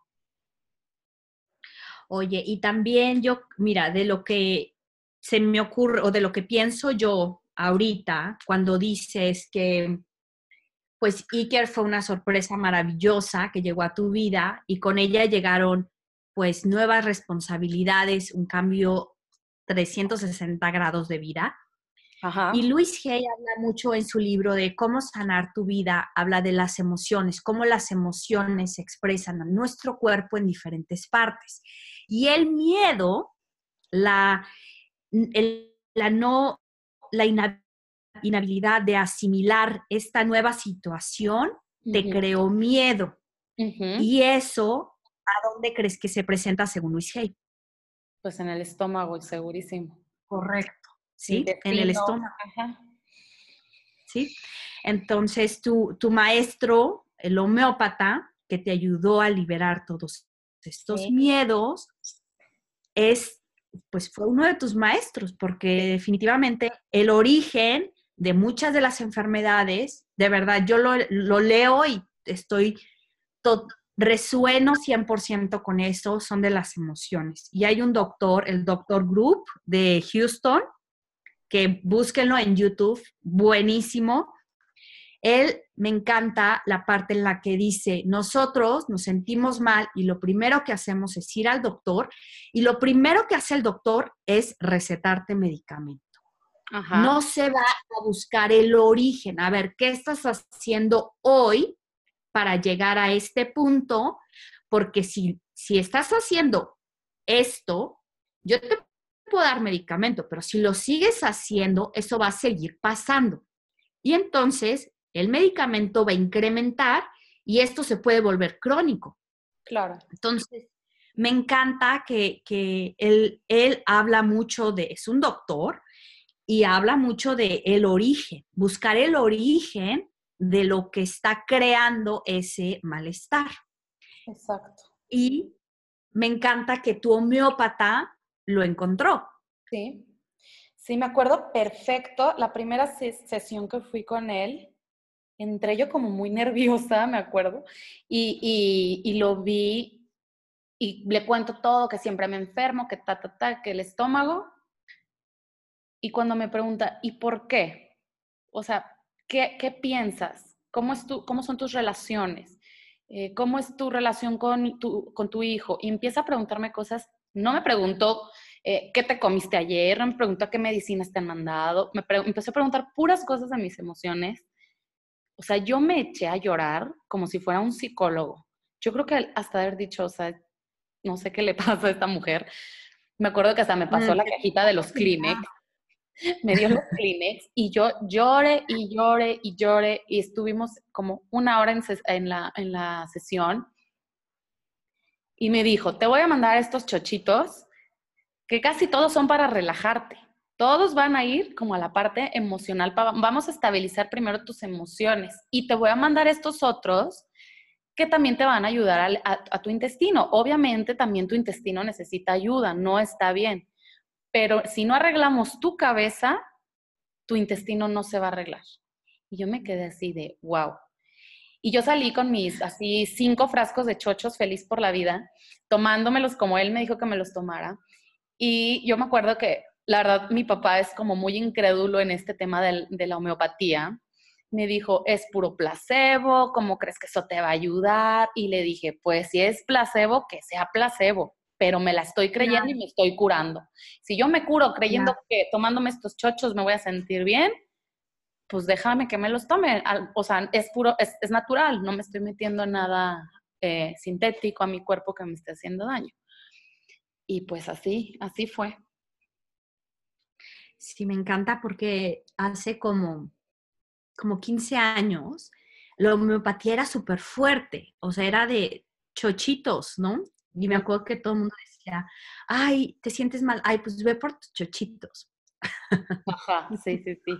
Oye, y también yo, mira, de lo que se me ocurre o de lo que pienso yo ahorita cuando dices que pues Iker fue una sorpresa maravillosa que llegó a tu vida y con ella llegaron pues nuevas responsabilidades, un cambio trescientos sesenta grados de vida. Ajá. Y Luis Hay habla mucho en su libro de cómo sanar tu vida, habla de las emociones, cómo las emociones se expresan a nuestro cuerpo en diferentes partes. Y el miedo, la, el, la no, la inhabilidad de asimilar esta nueva situación, te Uh-huh. creó miedo. Uh-huh. Y eso, ¿a dónde crees que se presenta según Luis Hay? Pues en el estómago, segurísimo. Correcto, ¿sí? Intestino. En el estómago. Ajá. ¿Sí? Entonces, tu, tu maestro, el homeópata, que te ayudó a liberar todos estos Sí. miedos, es, pues fue uno de tus maestros, porque definitivamente el origen de muchas de las enfermedades, de verdad, yo lo, lo leo y estoy, to, resueno cien por ciento con eso, son de las emociones. Y hay un doctor, el doctor Group de Houston, que búsquenlo en YouTube, buenísimo. Él, me encanta la parte en la que dice, nosotros nos sentimos mal y lo primero que hacemos es ir al doctor y lo primero que hace el doctor es recetarte medicamento. Ajá. No se va a buscar el origen, a ver, ¿qué estás haciendo hoy para llegar a este punto? Porque si, si estás haciendo esto, yo te puedo dar medicamento, pero si lo sigues haciendo, eso va a seguir pasando. Y entonces el medicamento va a incrementar y esto se puede volver crónico. Claro. Entonces, me encanta que, que él, él habla mucho de, es un doctor, y habla mucho de el origen, buscar el origen de lo que está creando ese malestar. Exacto. Y me encanta que tu homeópata lo encontró. Sí. Sí, me acuerdo perfecto. La primera ses- sesión que fui con él, entré yo como muy nerviosa, me acuerdo, y, y, y lo vi y le cuento todo, que siempre me enfermo, que ta, ta, ta, que el estómago. Y cuando me pregunta, ¿y por qué? O sea, ¿qué, qué piensas? ¿Cómo, es tu, ¿Cómo son tus relaciones? Eh, ¿Cómo es tu relación con tu, con tu hijo? Y empieza a preguntarme cosas. No me preguntó, eh, ¿qué te comiste ayer? No me preguntó qué medicinas te han mandado. Me pre- empezó a preguntar puras cosas de mis emociones. O sea, yo me eché a llorar como si fuera un psicólogo. Yo creo que hasta haber dicho, o sea, no sé qué le pasa a esta mujer. Me acuerdo que hasta me pasó Mm, la cajita de los Kleenex. Me dio los Kleenex y yo lloré y lloré y lloré y estuvimos como una hora en, ses- en, la, en la sesión y me dijo, te voy a mandar estos chochitos que casi todos son para relajarte. Todos van a ir como a la parte emocional. Vamos a estabilizar primero tus emociones y te voy a mandar estos otros que también te van a ayudar a, a, a tu intestino. Obviamente también tu intestino necesita ayuda, no está bien. Pero si no arreglamos tu cabeza, tu intestino no se va a arreglar. Y yo me quedé así de, wow. Y yo salí con mis así cinco frascos de chochos feliz por la vida, tomándomelos como él me dijo que me los tomara. Y yo me acuerdo que, la verdad, mi papá es como muy incrédulo en este tema de, de la homeopatía. Me dijo, es puro placebo, ¿cómo crees que eso te va a ayudar? Y le dije, pues si es placebo, que sea placebo, pero me la estoy creyendo Claro. y me estoy curando. Si yo me curo creyendo Claro. que tomándome estos chochos me voy a sentir bien, pues déjame que me los tome. O sea, es puro, es, es natural, no me estoy metiendo nada eh, sintético a mi cuerpo que me esté haciendo daño. Y pues así, así fue. Sí, me encanta porque hace como, como quince años la homeopatía era súper fuerte, o sea, era de chochitos, ¿no? Y me acuerdo que todo el mundo decía, ay, ¿te sientes mal? Ay, pues ve por tus chochitos. Ajá, sí, sí, sí.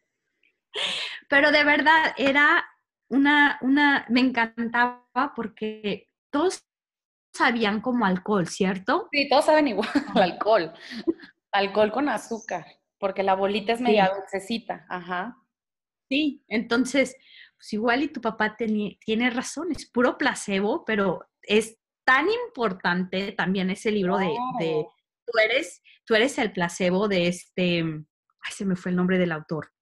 Pero de verdad era una, una, me encantaba porque todos sabían como alcohol, ¿cierto? Sí, todos saben igual, alcohol. Alcohol con azúcar, porque la bolita es media Sí, dulcecita. Ajá. sí. Entonces, pues igual y tu papá teni- tiene razón, es puro placebo, pero es tan importante también ese libro de, de Claro. tú eres, tú eres el placebo de este, ay, se me fue el nombre del autor.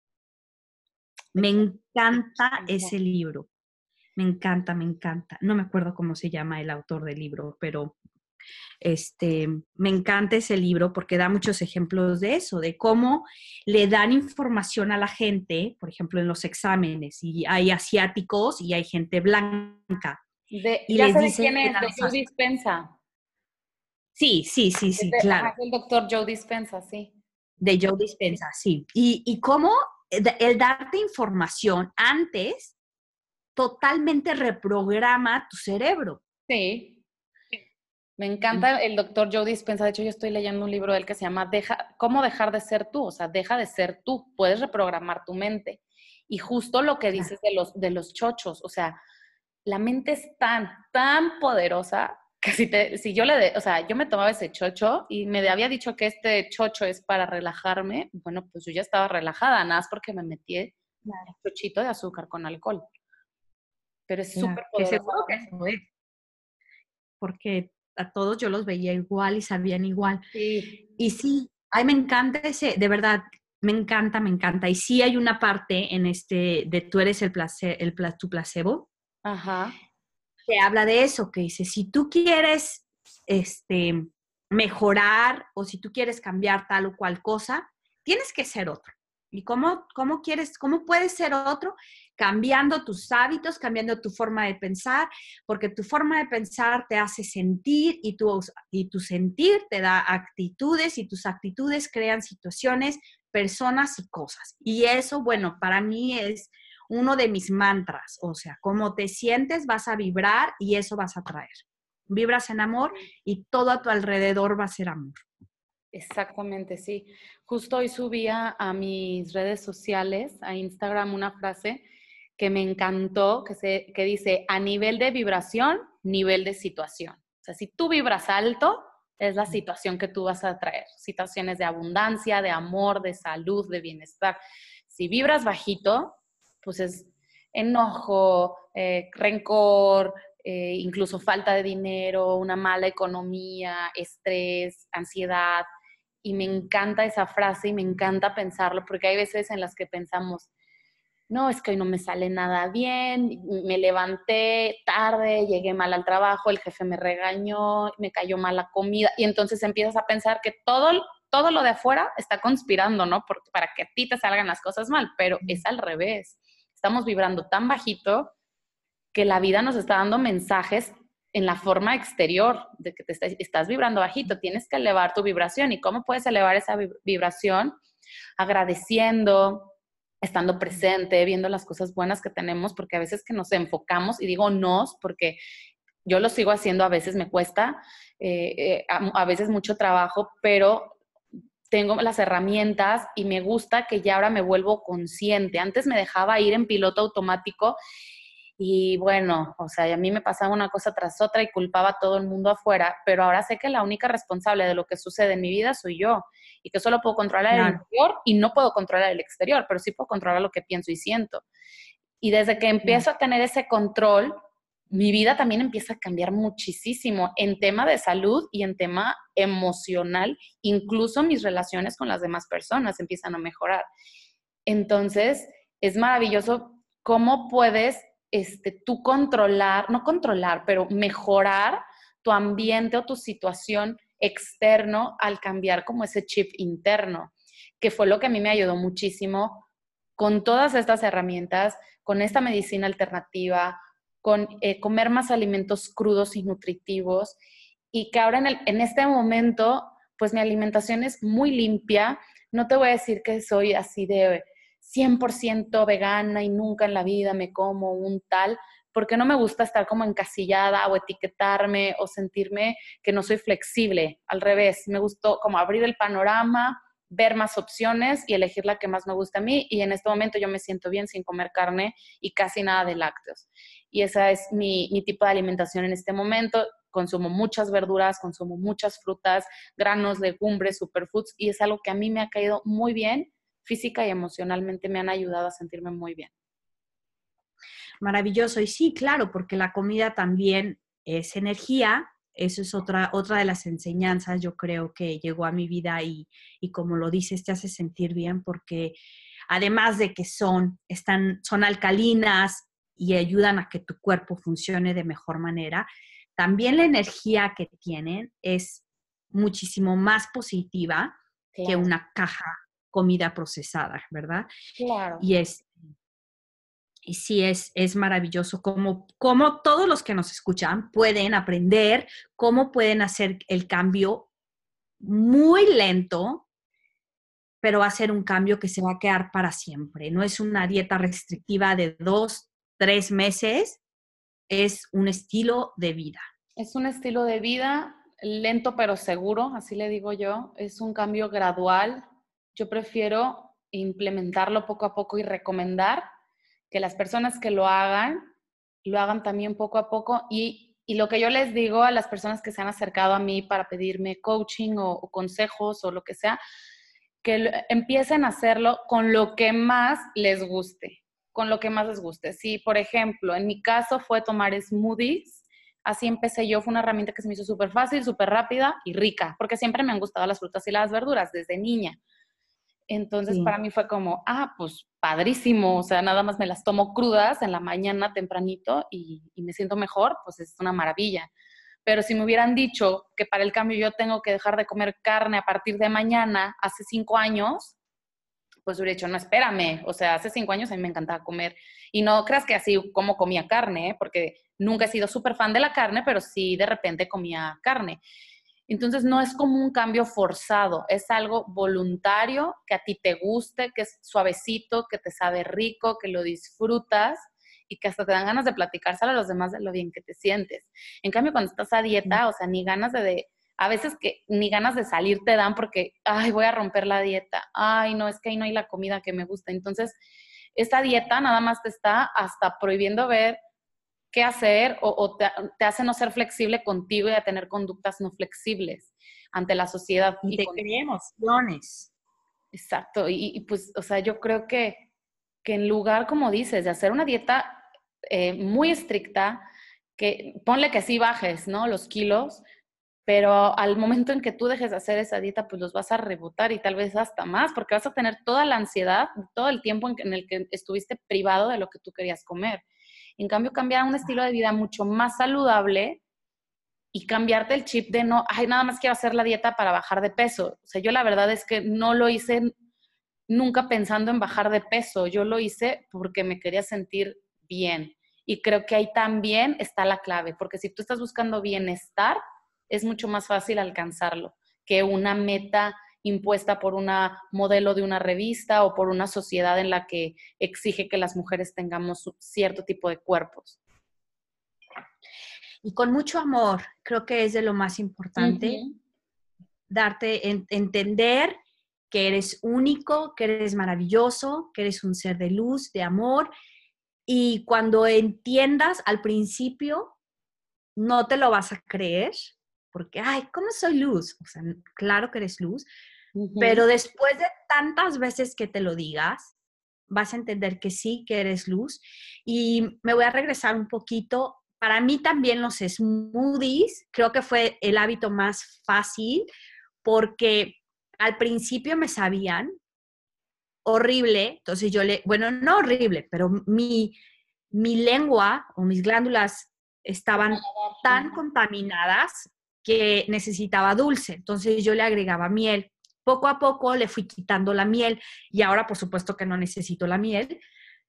Me encanta ese libro. Me encanta, me encanta. No me acuerdo cómo se llama el autor del libro, pero este, me encanta ese libro porque da muchos ejemplos de eso, de cómo le dan información a la gente, por ejemplo, en los exámenes, y hay asiáticos y hay gente blanca, De, y ya les sé de dicen quién que es, de las... Joe Dispenza. Sí, sí, sí, Es sí, de- ajá, claro, es el doctor Joe Dispenza, sí. de Joe Dispenza, sí. Y, y cómo el darte información antes totalmente reprograma tu cerebro. Sí. Me encanta el doctor Joe Dispenza. De hecho, yo estoy leyendo un libro de él que se llama Deja, ¿Cómo dejar de ser tú? O sea, deja de ser tú. Puedes reprogramar tu mente. Y justo lo que Claro. dices de los, de los chochos, o sea, la mente es tan, tan poderosa que si, te, si yo le, de, o sea, yo me tomaba ese chocho y me había dicho que este chocho es para relajarme, bueno, pues yo ya estaba relajada, nada más porque me metí el Claro, chochito de azúcar con alcohol. Pero es súper claro, que poderosa seguro la que mente. eso es, porque a todos yo los veía igual y sabían igual. Sí. Y sí, ay, me encanta ese, de verdad, me encanta, me encanta. Y sí hay una parte en este de tú eres el place, el pla- tu placebo, Ajá. que habla de eso, que dice, si tú quieres este, mejorar o si tú quieres cambiar tal o cual cosa, tienes que ser otro. ¿Y cómo, cómo quieres, cómo puedes ser otro? Cambiando tus hábitos, cambiando tu forma de pensar, porque tu forma de pensar te hace sentir y tu, y tu sentir te da actitudes y tus actitudes crean situaciones, personas y cosas. Y eso, bueno, para mí es uno de mis mantras, o sea, como te sientes vas a vibrar y eso vas a traer. Vibras en amor y todo a tu alrededor va a ser amor. Exactamente, sí. Justo hoy subía a mis redes sociales, a Instagram, una frase que me encantó, que, se, que dice, a nivel de vibración, nivel de situación. O sea, si tú vibras alto, es la situación que tú vas a traer. Situaciones de abundancia, de amor, de salud, de bienestar. Si vibras bajito, pues es enojo, eh, rencor, eh, incluso falta de dinero, una mala economía, estrés, ansiedad. Y me encanta esa frase y me encanta pensarlo, porque hay veces en las que pensamos, no, es que hoy no me sale nada bien, me levanté tarde, llegué mal al trabajo, el jefe me regañó, me cayó mal la comida, y entonces empiezas a pensar que todo, todo lo de afuera está conspirando, ¿no? Porque, para que a ti te salgan las cosas mal, pero es al revés. Estamos vibrando tan bajito que la vida nos está dando mensajes en la forma exterior de que te estás, estás vibrando bajito, tienes que elevar tu vibración. ¿Y cómo puedes elevar esa vibración? Agradeciendo, estando presente, viendo las cosas buenas que tenemos, porque a veces que nos enfocamos, y digo nos, porque yo lo sigo haciendo, a veces me cuesta, eh, eh, a, a veces mucho trabajo, pero tengo las herramientas y me gusta que ya ahora me vuelvo consciente. Antes me dejaba ir en piloto automático y bueno, o sea, a mí me pasaba una cosa tras otra y culpaba a todo el mundo afuera, pero ahora sé que la única responsable de lo que sucede en mi vida soy yo y que solo puedo controlar el Claro. interior y no puedo controlar el exterior, pero sí puedo controlar lo que pienso y siento. Y desde que empiezo a tener ese control, mi vida también empieza a cambiar muchísimo en tema de salud y en tema emocional. Incluso mis relaciones con las demás personas empiezan a mejorar. Entonces, es maravilloso cómo puedes este, tú controlar, no controlar, pero mejorar tu ambiente o tu situación externo al cambiar como ese chip interno, que fue lo que a mí me ayudó muchísimo con todas estas herramientas, con esta medicina alternativa, con eh, comer más alimentos crudos y nutritivos, y que ahora en, el, en este momento, pues mi alimentación es muy limpia. No te voy a decir que soy así de cien por ciento vegana y nunca en la vida me como un tal, porque no me gusta estar como encasillada o etiquetarme o sentirme que no soy flexible. Al revés, me gustó como abrir el panorama, ver más opciones y elegir la que más me gusta a mí, y en este momento yo me siento bien sin comer carne y casi nada de lácteos. Y esa es mi, mi tipo de alimentación en este momento. Consumo muchas verduras, consumo muchas frutas, granos, legumbres, superfoods, y es algo que a mí me ha caído muy bien, física y emocionalmente me han ayudado a sentirme muy bien. Maravilloso. Y sí, claro, porque la comida también es energía. Eso es otra, otra de las enseñanzas, yo creo, que llegó a mi vida y, y como lo dices, te hace sentir bien porque además de que son, están, son alcalinas y ayudan a que tu cuerpo funcione de mejor manera, también la energía que tienen es muchísimo más positiva Claro. que una caja comida procesada, ¿verdad? Claro. Y es Y sí, es, es maravilloso cómo, cómo todos los que nos escuchan pueden aprender, cómo pueden hacer el cambio muy lento, pero va a ser un cambio que se va a quedar para siempre. No es una dieta restrictiva de dos, tres meses, es un estilo de vida. Es un estilo de vida lento pero seguro, así le digo yo. Es un cambio gradual. Yo prefiero implementarlo poco a poco y recomendar que las personas que lo hagan, lo hagan también poco a poco. Y, y lo que yo les digo a las personas que se han acercado a mí para pedirme coaching o, o consejos o lo que sea, que empiecen a hacerlo con lo que más les guste, con lo que más les guste. Si, por ejemplo, en mi caso fue tomar smoothies, así empecé yo, fue una herramienta que se me hizo súper fácil, súper rápida y rica, porque siempre me han gustado las frutas y las verduras desde niña. Entonces, Sí. para mí fue como, ah, pues padrísimo, o sea, nada más me las tomo crudas en la mañana tempranito y, y me siento mejor, pues es una maravilla. Pero si me hubieran dicho que para el cambio yo tengo que dejar de comer carne a partir de mañana, hace cinco años, pues hubiera dicho, no, espérame, o sea, hace cinco años a mí me encantaba comer. Y no creas que así como comía carne, ¿eh? Porque nunca he sido súper fan de la carne, pero sí de repente comía carne. Entonces no es como un cambio forzado, es algo voluntario, que a ti te guste, que es suavecito, que te sabe rico, que lo disfrutas y que hasta te dan ganas de platicárselo a los demás de lo bien que te sientes. En cambio, cuando estás a dieta, o sea, ni ganas de, de a veces que ni ganas de salir te dan porque, ay, voy a romper la dieta, ay, no, es que ahí no hay la comida que me gusta. Entonces, esta dieta nada más te está hasta prohibiendo ver qué hacer o, o te, te hace no ser flexible contigo y a tener conductas no flexibles ante la sociedad. Y Y te con, crea emociones. exacto, y, y pues, o sea, yo creo que, que en lugar, como dices, de hacer una dieta eh, muy estricta, que ponle que sí bajes, ¿no? Los kilos, pero al momento en que tú dejes de hacer esa dieta, pues los vas a rebotar y tal vez hasta más, porque vas a tener toda la ansiedad, todo el tiempo en, que, en el que estuviste privado de lo que tú querías comer. En cambio, cambiar a un estilo de vida mucho más saludable y cambiarte el chip de no, ay, nada más quiero hacer la dieta para bajar de peso. O sea, yo la verdad es que no lo hice nunca pensando en bajar de peso, yo lo hice porque me quería sentir bien. Y creo que ahí también está la clave, porque si tú estás buscando bienestar, es mucho más fácil alcanzarlo que una meta impuesta por una modelo de una revista o por una sociedad en la que exige que las mujeres tengamos cierto tipo de cuerpos. y con mucho amor. Creo que es de lo más importante. Uh-huh. Darte, en, entender que eres único, que eres maravilloso, que eres un ser de luz, de amor. Y cuando entiendas al principio, no te lo vas a creer, porque, ay, ¿cómo soy luz? O sea, claro que eres luz, uh-huh. Pero después de tantas veces que te lo digas, vas a entender que sí, que eres luz. Y me voy a regresar un poquito. Para mí también los smoothies, creo que fue el hábito más fácil, porque al principio me sabían horrible, entonces yo le, bueno, no horrible, pero mi, mi lengua o mis glándulas estaban tan contaminadas que necesitaba dulce, entonces yo le agregaba miel. Poco a poco le fui quitando la miel y ahora por supuesto que no necesito la miel,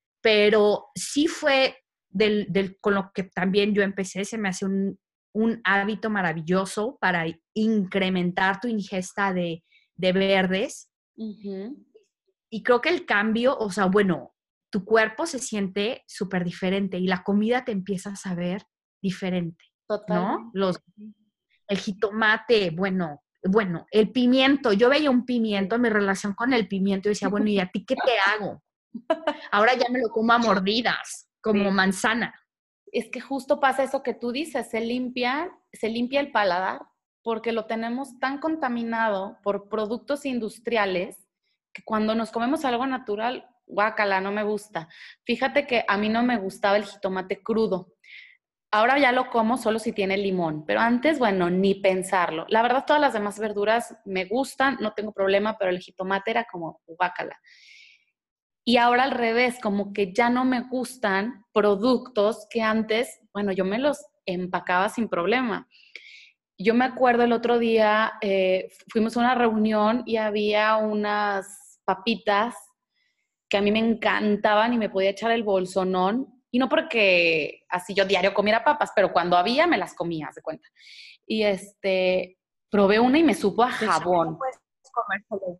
pero sí fue del, del, con lo que también yo empecé, se me hace un, un hábito maravilloso para incrementar tu ingesta de, de verdes. Uh-huh. Y creo que el cambio, o sea, bueno, tu cuerpo se siente súper diferente y la comida te empieza a saber diferente. Totalmente. ¿No? Los, el jitomate, bueno, bueno, el pimiento. Yo veía un pimiento, mi relación con el pimiento, y decía, bueno, ¿y a ti qué te hago? Ahora ya me lo como a mordidas, como sí. Manzana. Es que justo pasa eso que tú dices, se limpia, se limpia el paladar porque lo tenemos tan contaminado por productos industriales que cuando nos comemos algo natural, guácala, no me gusta. Fíjate que a mí no me gustaba el jitomate crudo. Ahora ya lo como solo si tiene limón, pero antes, bueno, ni pensarlo. La verdad, todas las demás verduras me gustan, no tengo problema, pero el jitomate era como guácala. Y ahora al revés, como que ya no me gustan productos que antes, bueno, yo me los empacaba sin problema. Yo me acuerdo el otro día, eh, fuimos a una reunión y había unas papitas que a mí me encantaban y me podía echar el bolsonón. Y no porque así yo diario comiera papas, pero cuando había me las comía, se cuenta. Y este, probé una y me supo a jabón. No puedes comer.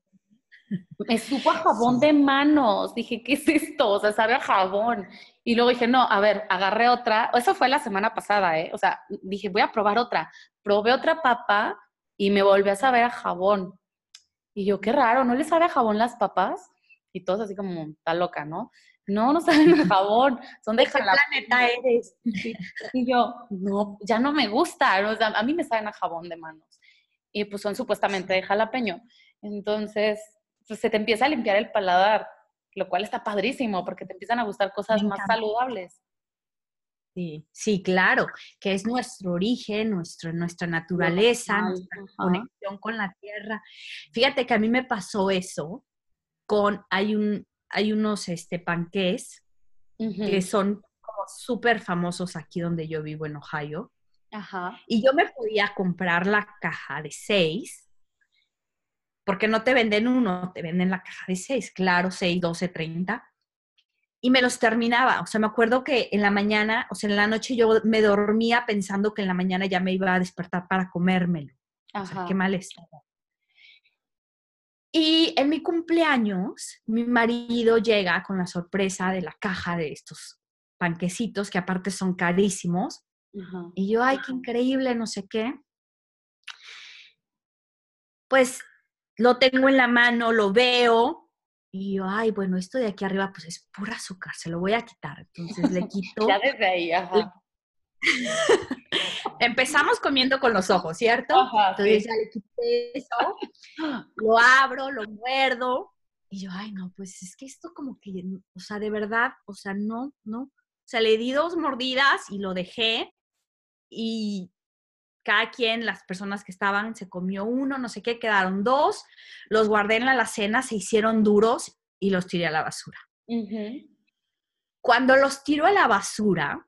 Me supo a jabón sí. de manos. Dije, ¿qué es esto? O sea, sabe a jabón. Y luego dije, no, a ver, agarré otra. Eso fue la semana pasada, ¿eh? O sea, dije, voy a probar otra. Probé otra papa y me volvió a saber a jabón. Y yo, qué raro, ¿no le sabe a jabón las papas? Y todos así como, está loca, ¿no? No, no saben a jabón. Son de jalapeño. ¿Qué planeta eres? Y yo, no, ya no me gusta. O sea, a mí me saben a jabón de manos. Y pues son supuestamente de jalapeño. Entonces, pues se te empieza a limpiar el paladar, lo cual está padrísimo porque te empiezan a gustar cosas más saludables. Sí, sí, claro, que es nuestro origen, nuestro, nuestra naturaleza, nuestra Ajá. conexión con la tierra. Fíjate que a mí me pasó eso con, hay, un, hay unos este, panqués uh-huh. que son como súper famosos aquí donde yo vivo en Ohio. Ajá. Y yo me podía comprar la caja de seis, porque no te venden uno, te venden la caja de seis, claro, seis, doce, treinta. Y me los terminaba. O sea, me acuerdo que en la mañana, o sea, en la noche yo me dormía pensando que en la mañana ya me iba a despertar para comérmelo. Ajá. O sea, qué mal estaba. Y en mi cumpleaños, mi marido llega con la sorpresa de la caja de estos panquecitos, que aparte son carísimos. Ajá. Y yo, ay, qué increíble, no sé qué. Pues lo tengo en la mano, lo veo. Y yo, ay, bueno, esto de aquí arriba pues es pura azúcar, se lo voy a quitar. Entonces le quito. Ya desde ahí, ajá. Empezamos comiendo con los ojos, ¿cierto? Ajá, Entonces sí. ya le quité eso, lo abro, lo muerdo. Y yo, ay, no, pues es que esto como que, o sea, de verdad, o sea, no, no. O sea, le di dos mordidas y lo dejé. Y cada quien, las personas que estaban, se comió uno, no sé qué, quedaron dos, los guardé en la alacena, se hicieron duros y los tiré a la basura. Uh-huh. Cuando los tiro a la basura,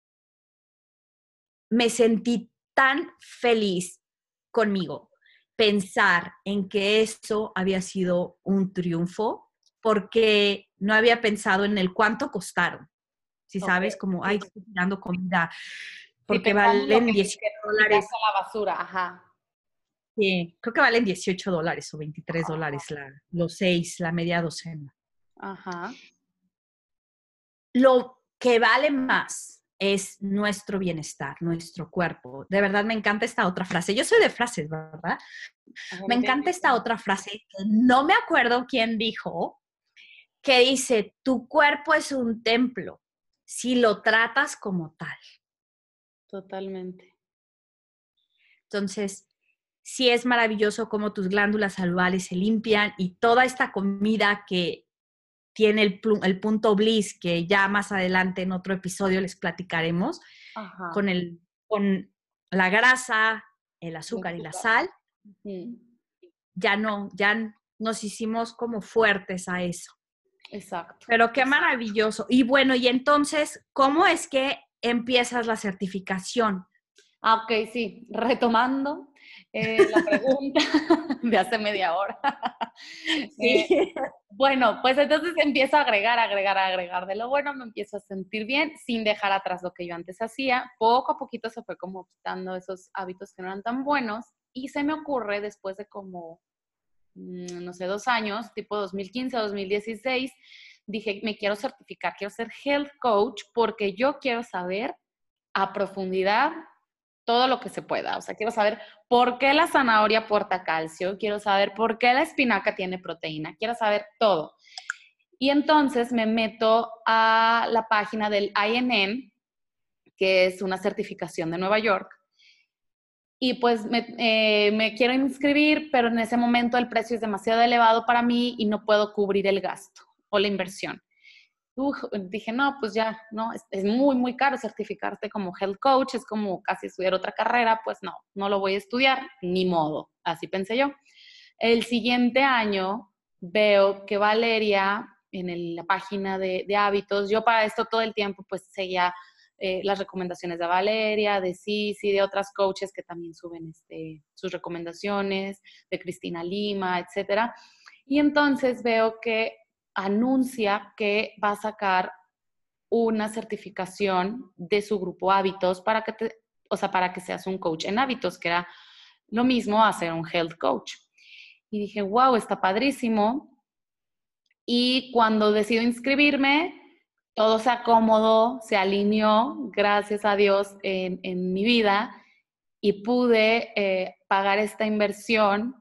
me sentí tan feliz conmigo, pensar en que eso había sido un triunfo, porque no había pensado en el cuánto costaron. Si okay. sabes, como, ay, estoy tirando comida, porque sí, valen dieciocho dólares. A la basura, ajá. Sí, creo que valen dieciocho dólares o veintitrés ajá. dólares la, los seis, la media docena. Ajá. Lo que vale más es nuestro bienestar, nuestro cuerpo. De verdad me encanta esta otra frase. Yo soy de frases, ¿verdad? Me encanta esta otra frase que no me acuerdo quién dijo, que dice, tu cuerpo es un templo si lo tratas como tal. Totalmente. Entonces, sí es maravilloso cómo tus glándulas salivales se limpian y toda esta comida que tiene el, el punto bliss, que ya más adelante en otro episodio les platicaremos, Ajá. Con, el, con la grasa, el azúcar y la sal, sí. ya no, ya nos hicimos como fuertes a eso. Exacto. Pero qué maravilloso. Y bueno, y entonces, ¿cómo es que empiezas la certificación? Ah, ok, sí. Retomando eh, la pregunta de hace media hora. Sí. Eh, bueno, pues entonces empiezo a agregar, agregar, agregar de lo bueno, me empiezo a sentir bien sin dejar atrás lo que yo antes hacía. Poco a poquito se fue como quitando esos hábitos que no eran tan buenos y se me ocurre después de como, no sé, dos años, tipo dos mil quince, dos mil dieciséis, dije, me quiero certificar, quiero ser health coach porque yo quiero saber a profundidad todo lo que se pueda. O sea, quiero saber por qué la zanahoria aporta calcio, quiero saber por qué la espinaca tiene proteína, quiero saber todo. Y entonces me meto a la página del I N N, que es una certificación de Nueva York, y pues me, eh, me quiero inscribir, pero en ese momento el precio es demasiado elevado para mí y no puedo cubrir el gasto o la inversión. Uf, dije, no, pues ya, no, es, es muy, muy caro certificarte como health coach, es como casi estudiar otra carrera, pues no, no lo voy a estudiar, ni modo, así pensé yo. El siguiente año veo que Valeria, en el, la página de, de hábitos, yo para esto todo el tiempo pues seguía eh, las recomendaciones de Valeria, de Cici, de otras coaches que también suben este, sus recomendaciones, de Cristina Lima, etcétera. Y entonces veo que anuncia que va a sacar una certificación de su grupo Hábitos para que te, o sea, para que seas un coach en hábitos, que era lo mismo a ser un health coach. Y dije, wow, está padrísimo. Y cuando decido inscribirme, todo se acomodó, se alineó, gracias a Dios, en, en mi vida y pude eh, pagar esta inversión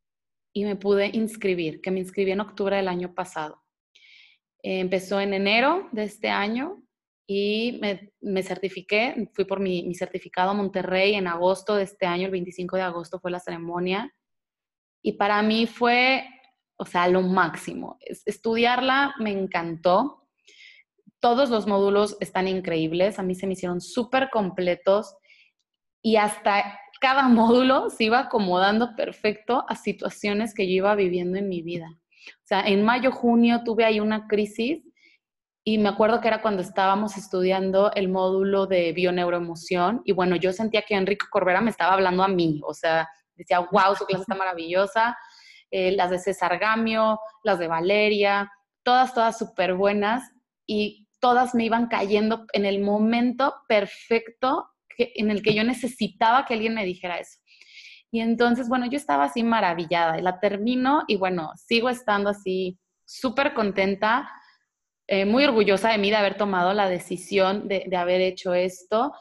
y me pude inscribir, que me inscribí en octubre del año pasado. Eh, empezó en enero de este año y me, me certifiqué, fui por mi, mi certificado a Monterrey en agosto de este año, el veinticinco de agosto fue la ceremonia. Y para mí fue, o sea, lo máximo. Estudiarla me encantó. Todos los módulos están increíbles. A mí se me hicieron súper completos y hasta cada módulo se iba acomodando perfecto a situaciones que yo iba viviendo en mi vida. O sea, en mayo, junio tuve ahí una crisis y me acuerdo que era cuando estábamos estudiando el módulo de bioneuroemoción y bueno, yo sentía que Enrique Corbera me estaba hablando a mí. O sea, decía, wow, su clase está maravillosa. Eh, las de César Gamio, las de Valeria, todas, todas súper buenas y todas me iban cayendo en el momento perfecto que, en el que yo necesitaba que alguien me dijera eso. Y entonces, bueno, yo estaba así maravillada y la termino y bueno, sigo estando así súper contenta, eh, muy orgullosa de mí de haber tomado la decisión de, de haber hecho esto.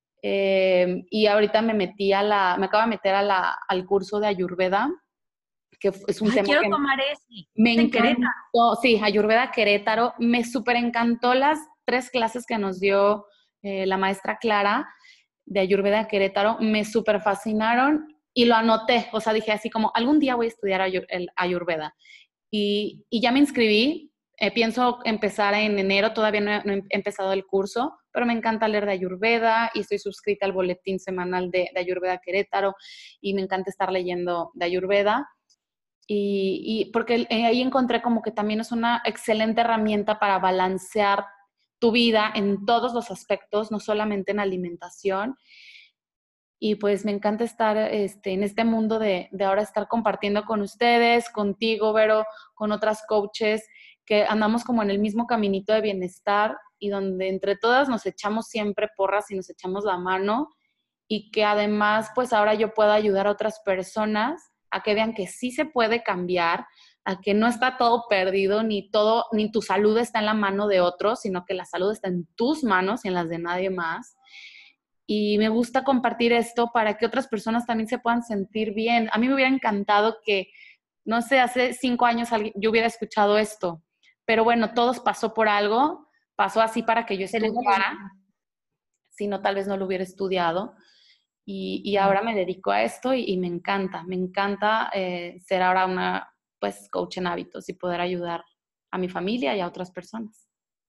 Eh, y ahorita me metí a la, me acabo de meter a la, al curso de Ayurveda, que es un Ay, tema quiero que tomar ese. me En Querétaro. encantó. Sí, Ayurveda Querétaro. Me súper encantó las tres clases que nos dio eh, la maestra Clara de Ayurveda Querétaro. Me súper fascinaron y lo anoté. O sea, dije así como, algún día voy a estudiar Ayur el Ayurveda. Y, y ya me inscribí. Eh, pienso empezar en enero, todavía no he, no he empezado el curso, pero me encanta leer de Ayurveda y estoy suscrita al boletín semanal de, de Ayurveda Querétaro y me encanta estar leyendo de Ayurveda. Y, y porque ahí encontré como que también es una excelente herramienta para balancear tu vida en todos los aspectos, no solamente en alimentación. Y pues me encanta estar este, en este mundo de, de ahora estar compartiendo con ustedes, contigo, Vero, con otras coaches, que andamos como en el mismo caminito de bienestar y donde entre todas nos echamos siempre porras y nos echamos la mano y que además pues ahora yo puedo ayudar a otras personas a que vean que sí se puede cambiar, a que no está todo perdido, ni todo, ni tu salud está en la mano de otros, sino que la salud está en tus manos y en las de nadie más. Y me gusta compartir esto para que otras personas también se puedan sentir bien. A mí me hubiera encantado que, no sé, hace cinco años yo hubiera escuchado esto, pero bueno, todos pasó por algo, pasó así para que yo estudiara, si no, tal vez no lo hubiera estudiado. Y, y ahora me dedico a esto y, y me encanta, me encanta eh, ser ahora una pues coach en hábitos y poder ayudar a mi familia y a otras personas.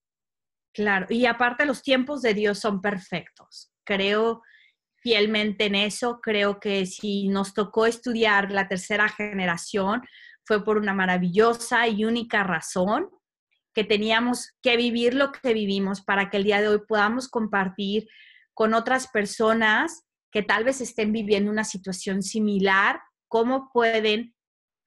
Claro, y aparte los tiempos de Dios son perfectos. Creo fielmente en eso. Creo que si nos tocó estudiar la tercera generación fue por una maravillosa y única razón, que teníamos que vivir lo que vivimos para que el día de hoy podamos compartir con otras personas que tal vez estén viviendo una situación similar, cómo pueden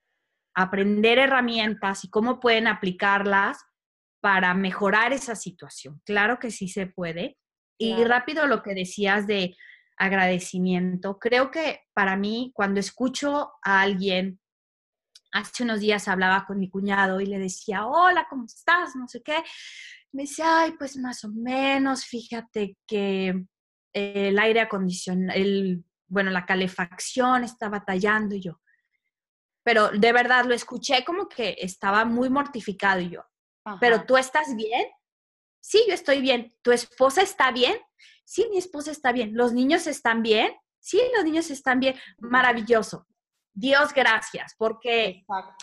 aprender herramientas y cómo pueden aplicarlas para mejorar esa situación. Claro que sí se puede. Y Claro. rápido lo que decías de agradecimiento, creo que para mí cuando escucho a alguien, hace unos días hablaba con mi cuñado y le decía, hola, ¿cómo estás? No sé qué. Me decía, ay, pues más o menos, fíjate que el aire acondicionado, el, bueno, la calefacción está batallando y yo. Pero de verdad lo escuché como que estaba muy mortificado y yo. Ajá. ¿Pero tú estás bien? Sí, yo estoy bien. ¿Tu esposa está bien? Sí, mi esposa está bien. ¿Los niños están bien? Sí, los niños están bien. Maravilloso. Dios, gracias, porque Exacto.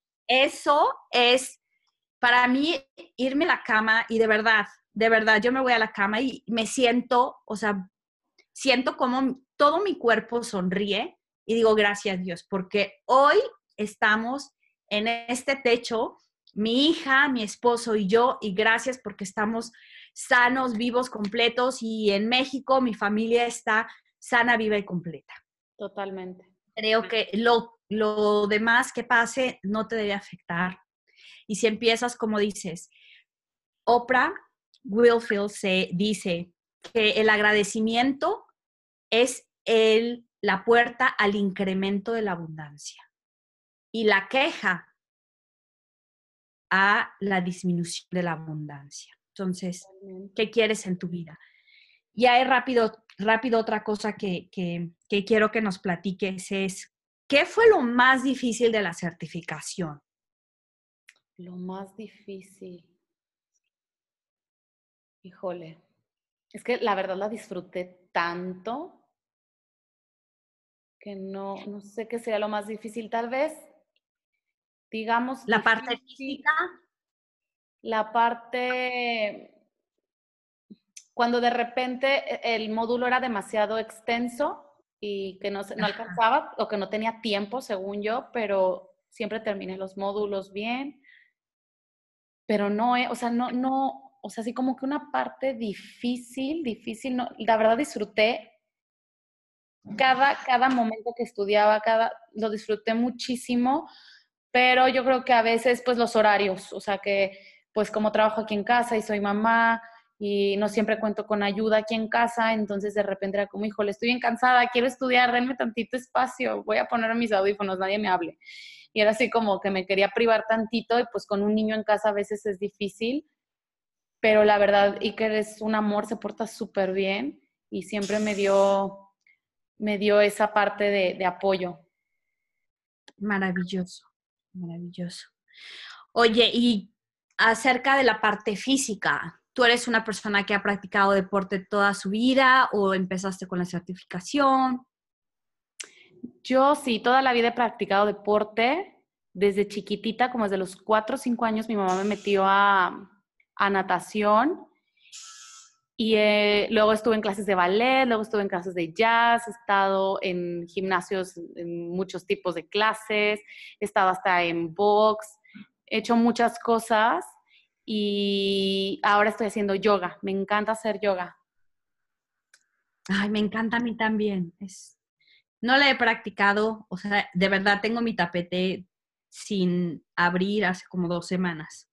eso es para mí irme a la cama y de verdad, de verdad, yo me voy a la cama y me siento, o sea, siento como todo mi cuerpo sonríe y digo, gracias Dios, porque hoy estamos en este techo, mi hija, mi esposo y yo, y gracias porque estamos sanos, vivos, completos, y en México mi familia está sana, viva y completa. Totalmente. Creo que lo, lo demás que pase no te debe afectar. Y si empiezas, como dices, Oprah Winfrey se dice que el agradecimiento es el, la puerta al incremento de la abundancia y la queja a la disminución de la abundancia. Entonces, ¿qué quieres en tu vida? Y hay rápido, rápido otra cosa que, que, que quiero que nos platiques es, ¿qué fue lo más difícil de la certificación? Lo más difícil. Híjole. Es que la verdad la disfruté tanto que no, no sé qué sería lo más difícil. Tal vez, digamos, La difícil, parte física. la parte, cuando de repente el módulo era demasiado extenso y que no, se- no alcanzaba o que no tenía tiempo, según yo, pero siempre terminé los módulos bien. Pero no, eh, o sea, no, no, o sea, así como que una parte difícil, difícil, no, la verdad disfruté cada, cada momento que estudiaba, cada, lo disfruté muchísimo, pero yo creo que a veces, pues, los horarios, o sea, que, pues, como trabajo aquí en casa y soy mamá y no siempre cuento con ayuda aquí en casa, entonces de repente era como, híjole, estoy bien cansada, quiero estudiar, denme tantito espacio, voy a poner mis audífonos, nadie me hable. Y era así como que me quería privar tantito y pues con un niño en casa a veces es difícil, pero la verdad Iker es un amor, se porta súper bien y siempre me dio, me dio esa parte de, de apoyo. Maravilloso, maravilloso. Oye, y acerca de la parte física, ¿tú eres una persona que ha practicado deporte toda su vida o empezaste con la certificación? Yo sí, toda la vida he practicado deporte. Desde chiquitita, como desde los cuatro o cinco años, mi mamá me metió a, a natación y eh, luego estuve en clases de ballet, luego estuve en clases de jazz, he estado en gimnasios, en muchos tipos de clases, he estado hasta en box, he hecho muchas cosas y ahora estoy haciendo yoga. Me encanta hacer yoga. Ay, me encanta a mí también. Es, no la he practicado, o sea, de verdad tengo mi tapete sin abrir hace como dos semanas.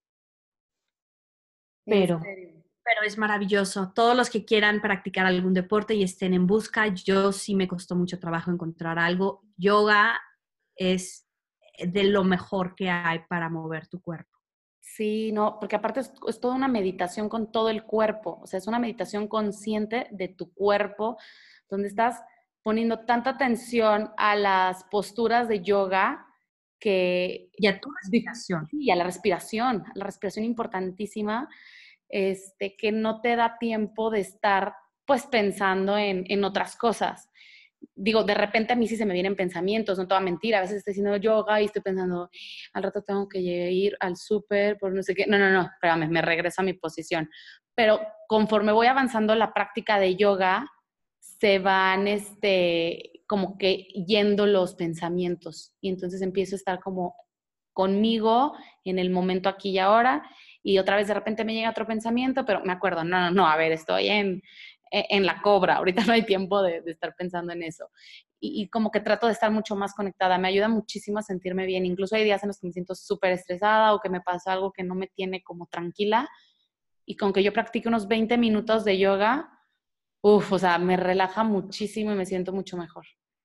En Pero, serio. pero es maravilloso. Todos los que quieran practicar algún deporte y estén en busca, yo sí me costó mucho trabajo encontrar algo. Yoga es de lo mejor que hay para mover tu cuerpo. Sí, no, porque aparte es, es toda una meditación con todo el cuerpo, o sea, es una meditación consciente de tu cuerpo, donde estás poniendo tanta atención a las posturas de yoga que... Y a tu respiración. Sí, a la respiración, a la respiración importantísima, este, que no te da tiempo de estar pues pensando en, en otras cosas. Digo, de repente a mí sí se me vienen pensamientos, no te voy a mentir, a veces estoy haciendo yoga y estoy pensando, al rato tengo que ir al súper por no sé qué. No, no, no, espérame, me regreso a mi posición. Pero conforme voy avanzando la práctica de yoga, se van este, como que yendo los pensamientos y entonces empiezo a estar como conmigo en el momento aquí y ahora y otra vez de repente me llega otro pensamiento, pero me acuerdo, no, no, no, a ver, estoy en, en la cobra, ahorita no hay tiempo de, de estar pensando en eso. Y, y como que trato de estar mucho más conectada, me ayuda muchísimo a sentirme bien, incluso hay días en los que me siento súper estresada o que me pasa algo que no me tiene como tranquila y con que yo practique unos veinte minutos de yoga, uff, o sea, me relaja muchísimo y me siento mucho mejor.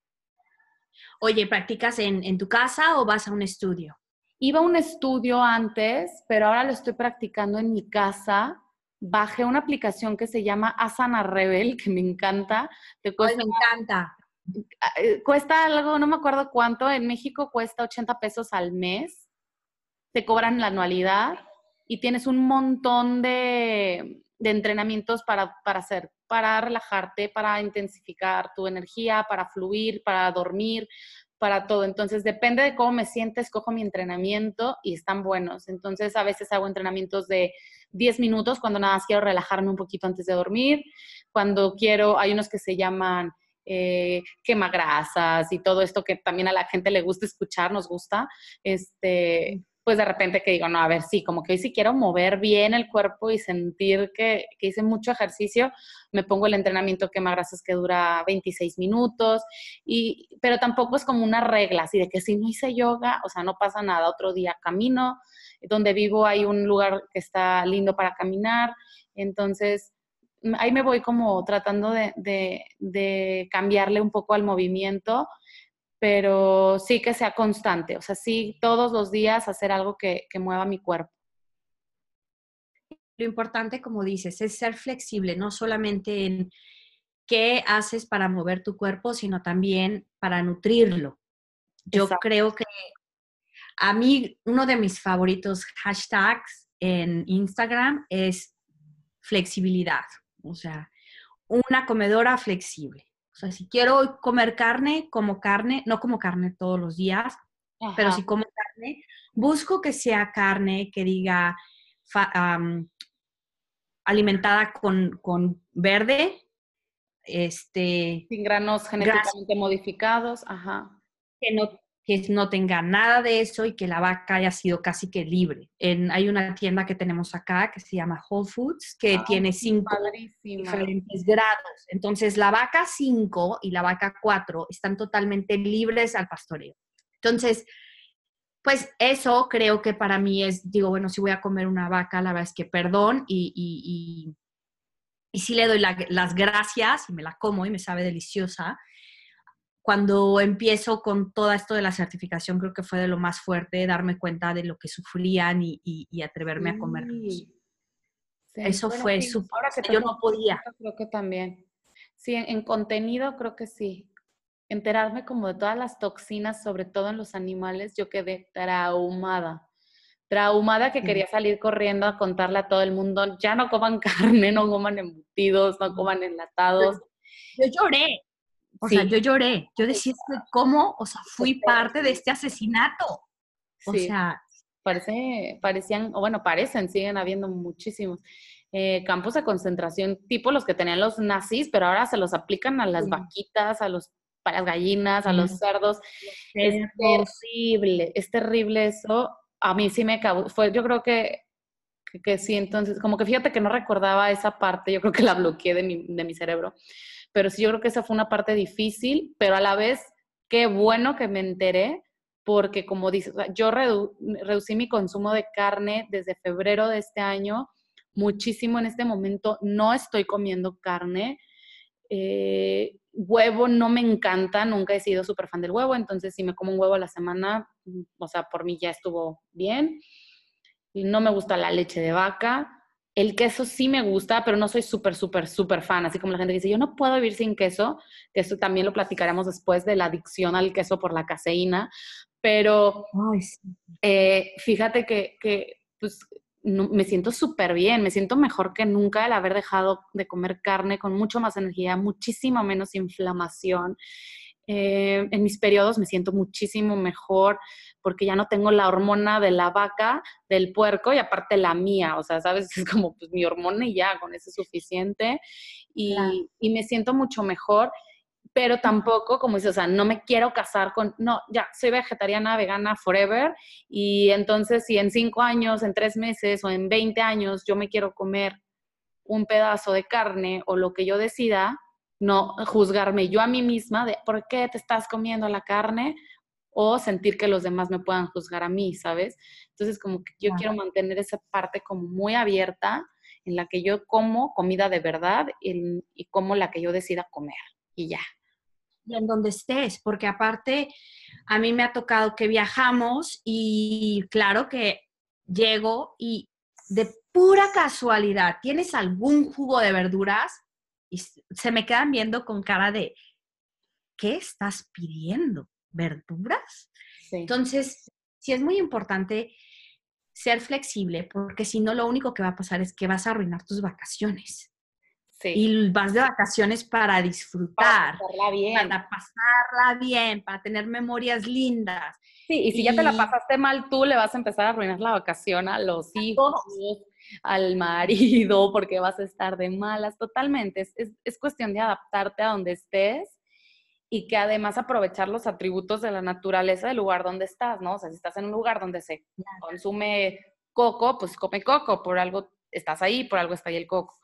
Oye, ¿practicas en, en tu casa o vas a un estudio? Iba a un estudio antes, pero ahora lo estoy practicando en mi casa. Bajé una aplicación que se llama Asana Rebel, que me encanta. Te cuesta, Ay, me encanta. cuesta algo, no me acuerdo cuánto, en México cuesta ochenta pesos al mes. Te cobran la anualidad y tienes un montón de, de entrenamientos para, para hacer, para relajarte, para intensificar tu energía, para fluir, para dormir, para todo. Entonces, depende de cómo me sientes, cojo mi entrenamiento y están buenos. Entonces, a veces hago entrenamientos de diez minutos cuando nada más quiero relajarme un poquito antes de dormir. Cuando quiero, hay unos que se llaman eh, quemagrasas y todo esto que también a la gente le gusta escuchar, nos gusta. Este, pues de repente que digo, no, a ver, sí, como que hoy sí quiero mover bien el cuerpo y sentir que, que hice mucho ejercicio, me pongo el entrenamiento quemagrasas que dura veintiséis minutos, y, pero tampoco es como una regla, así de que si no hice yoga, o sea, no pasa nada, otro día camino, donde vivo hay un lugar que está lindo para caminar, entonces ahí me voy como tratando de, de, de cambiarle un poco al movimiento, pero sí que sea constante, o sea, sí todos los días hacer algo que, que mueva mi cuerpo. Lo importante, como dices, es ser flexible, no solamente en qué haces para mover tu cuerpo, sino también para nutrirlo. Yo Exacto. creo que a mí uno de mis favoritos hashtags en Instagram es flexibilidad, o sea, una comedora flexible. O sea, si quiero comer carne, como carne, no como carne todos los días, Ajá. pero si como carne, busco que sea carne que diga fa, um, alimentada con, con verde, este, Sin granos genéticamente grasa, modificados, ajá. que no, que no tenga nada de eso y que la vaca haya sido casi que libre. En, hay una tienda que tenemos acá que se llama Whole Foods, que Ay, tiene cinco padrísima. diferentes grados. Entonces, la vaca cinco y la vaca cuatro están totalmente libres al pastoreo. Entonces, pues eso creo que para mí es, digo, bueno, si voy a comer una vaca, la verdad es que perdón y, y, y, y sí le doy la, las gracias y me la como y me sabe deliciosa. Cuando empiezo con todo esto de la certificación, creo que fue de lo más fuerte, darme cuenta de lo que sufrían y, y, y atreverme Sí. a comerlos. Sí. Eso Bueno, fue sí, súper, ahora o que sea, yo tocas no ese podía. punto, creo que también. Sí, en, en contenido creo que sí. Enterarme como de todas las toxinas, sobre todo en los animales, yo quedé traumada. Traumada que quería salir corriendo a contarle a todo el mundo, ya no coman carne, no coman embutidos, no coman enlatados. Yo lloré, o sea, Sí, yo lloré. Yo decía, ¿cómo? O sea, fui parte de este asesinato. O sí, sea, parece, parecían, o bueno, parecen, siguen habiendo muchísimos eh, campos de concentración, tipo los que tenían los nazis, pero ahora se los aplican a las vaquitas, a los, a las gallinas, a los cerdos. Es cerdos. terrible, es terrible eso. A mí sí me causó, fue, yo creo que, que, que sí, entonces, como que fíjate que no recordaba esa parte, yo creo que la bloqueé de mi, de mi cerebro, pero sí yo creo que esa fue una parte difícil, pero a la vez, qué bueno que me enteré, porque como dices, o sea, yo redu reducí mi consumo de carne desde febrero de este año, muchísimo en este momento, no estoy comiendo carne, eh, huevo no me encanta, nunca he sido súper fan del huevo, entonces si me como un huevo a la semana, o sea, por mí ya estuvo bien. No me gusta la leche de vaca. El queso sí me gusta, pero no soy súper, súper, súper fan. Así como la gente dice, yo no puedo vivir sin queso, que eso también lo platicaremos después de la adicción al queso por la caseína. Pero Ay, sí. eh, fíjate que, que pues, no, me siento súper bien, me siento mejor que nunca al haber dejado de comer carne con mucho más energía, muchísimo menos inflamación. Eh, en mis periodos me siento muchísimo mejor porque ya no tengo la hormona de la vaca, del puerco y aparte la mía, o sea, ¿sabes? Es como pues, mi hormona y ya, con eso es suficiente. Y, Claro. y me siento mucho mejor, pero tampoco, como dices, o sea, no me quiero casar con, no, ya, soy vegetariana, vegana, forever, y entonces si en cinco años, en tres meses o en veinte años yo me quiero comer un pedazo de carne o lo que yo decida, no juzgarme yo a mí misma de por qué te estás comiendo la carne o sentir que los demás me puedan juzgar a mí, ¿sabes? Entonces como que yo Claro. quiero mantener esa parte como muy abierta en la que yo como comida de verdad y, y como la que yo decida comer y ya. Y en donde estés, porque aparte a mí me ha tocado que viajamos y claro que llego y de pura casualidad tienes algún jugo de verduras y se me quedan viendo con cara de, ¿qué estás pidiendo? ¿Verduras? Sí. Entonces, sí es muy importante ser flexible, porque si no, lo único que va a pasar es que vas a arruinar tus vacaciones. Sí. Y vas de vacaciones para disfrutar, Para pasarla bien. para pasarla bien, para tener memorias lindas. Sí, y si y ya te la pasaste mal tú, le vas a empezar a arruinar la vacación a los hijos, todos. al marido, porque vas a estar de malas. Totalmente, es, es, es cuestión de adaptarte a donde estés y que además aprovechar los atributos de la naturaleza del lugar donde estás, ¿no? O sea, si estás en un lugar donde se consume coco, pues come coco, por algo estás ahí, por algo está ahí el coco.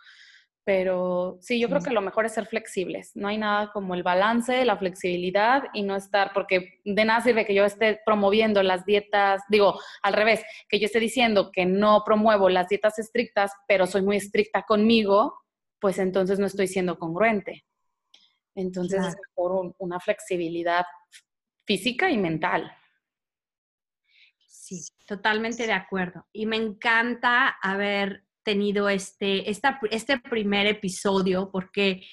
Pero sí, yo Sí. creo que lo mejor es ser flexibles. No hay nada como el balance, la flexibilidad y no estar, porque de nada sirve que yo esté promoviendo las dietas, digo, al revés, que yo esté diciendo que no promuevo las dietas estrictas, pero soy muy estricta conmigo, pues entonces no estoy siendo congruente. Entonces Claro. es mejor un, una flexibilidad física y mental. Sí, totalmente de acuerdo. Y me encanta haber tenido este, esta, este primer episodio porque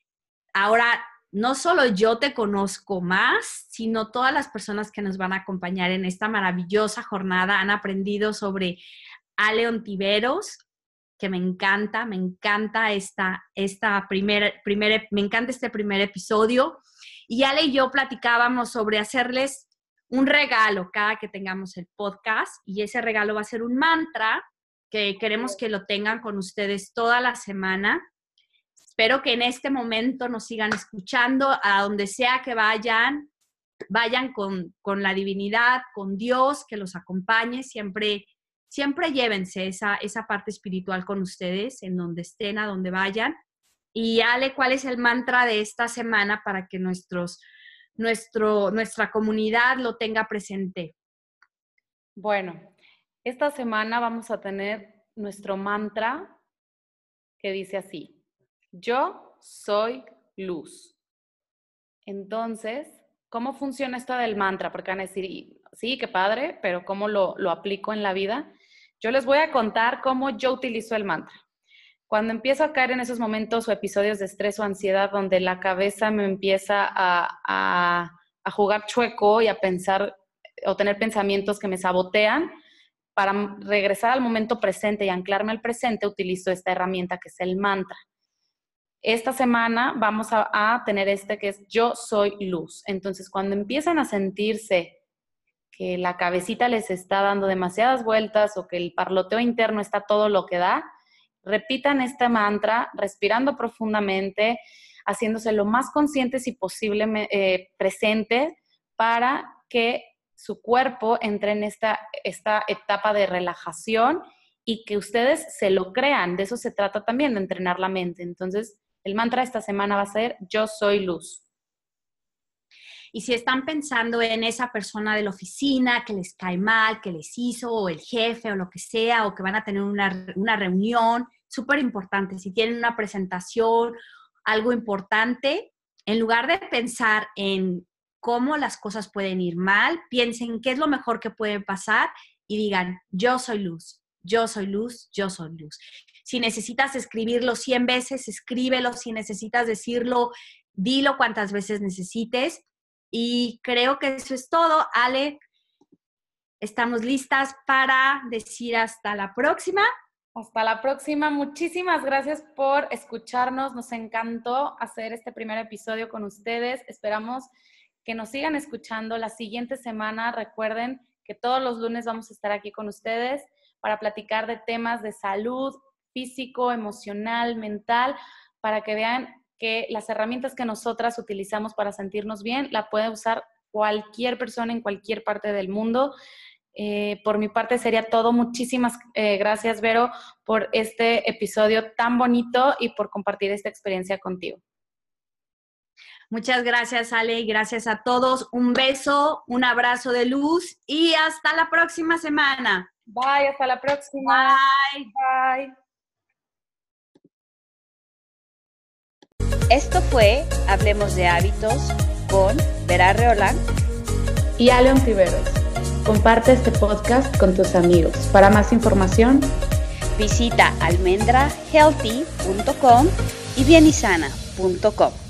ahora no solo yo te conozco más, sino todas las personas que nos van a acompañar en esta maravillosa jornada han aprendido sobre Ale Ontiveros, que me encanta, me encanta esta, esta primer, primer, me encanta este primer episodio. Y Ale y yo platicábamos sobre hacerles un regalo cada que tengamos el podcast, y ese regalo va a ser un mantra que queremos que lo tengan con ustedes toda la semana. Espero que en este momento nos sigan escuchando, a donde sea que vayan, vayan con, con la divinidad, con Dios, que los acompañe. Siempre, siempre llévense esa, esa parte espiritual con ustedes, en donde estén, a donde vayan. Y Ale, ¿cuál es el mantra de esta semana para que nuestros, nuestro, nuestra comunidad lo tenga presente? Bueno, esta semana vamos a tener nuestro mantra que dice así: yo soy luz. Entonces, ¿cómo funciona esto del mantra? Porque van a decir, sí, qué padre, pero ¿cómo lo, lo aplico en la vida? Yo les voy a contar cómo yo utilizo el mantra. Cuando empiezo a caer en esos momentos o episodios de estrés o ansiedad donde la cabeza me empieza a, a, a jugar chueco y a pensar o tener pensamientos que me sabotean, para regresar al momento presente y anclarme al presente, utilizo esta herramienta que es el mantra. Esta semana vamos a, a tener este que es yo soy luz. Entonces, cuando empiezan a sentirse que la cabecita les está dando demasiadas vueltas o que el parloteo interno está todo lo que da, repitan este mantra respirando profundamente, haciéndose lo más conscientes y posible eh, presente para que su cuerpo entre en esta, esta etapa de relajación y que ustedes se lo crean. De eso se trata también, de entrenar la mente. Entonces, el mantra de esta semana va a ser yo soy luz. Y si están pensando en esa persona de la oficina que les cae mal, que les hizo, o el jefe, o lo que sea, o que van a tener una, una reunión, súper importante. Si tienen una presentación, algo importante, en lugar de pensar en cómo las cosas pueden ir mal, piensen qué es lo mejor que puede pasar y digan, yo soy luz, yo soy luz, yo soy luz. Si necesitas escribirlo cien veces, escríbelo. Si necesitas decirlo, dilo cuantas veces necesites. Y creo que eso es todo. Ale, estamos listas para decir hasta la próxima. Hasta la próxima. Muchísimas gracias por escucharnos. Nos encantó hacer este primer episodio con ustedes. Esperamos que nos sigan escuchando la siguiente semana. Recuerden que todos los lunes vamos a estar aquí con ustedes para platicar de temas de salud físico, emocional, mental, para que vean que las herramientas que nosotras utilizamos para sentirnos bien la puede usar cualquier persona en cualquier parte del mundo. Eh, por mi parte sería todo. Muchísimas eh, gracias, Vero, por este episodio tan bonito y por compartir esta experiencia contigo. Muchas gracias, Ale, y gracias a todos. Un beso, un abrazo de luz y hasta la próxima semana. Bye, hasta la próxima. Bye. Bye. Esto fue Hablemos de Hábitos con Vera Arreola y Ale Ontiveros. Comparte este podcast con tus amigos. Para más información, visita almendra healthy punto com y bienisana punto com.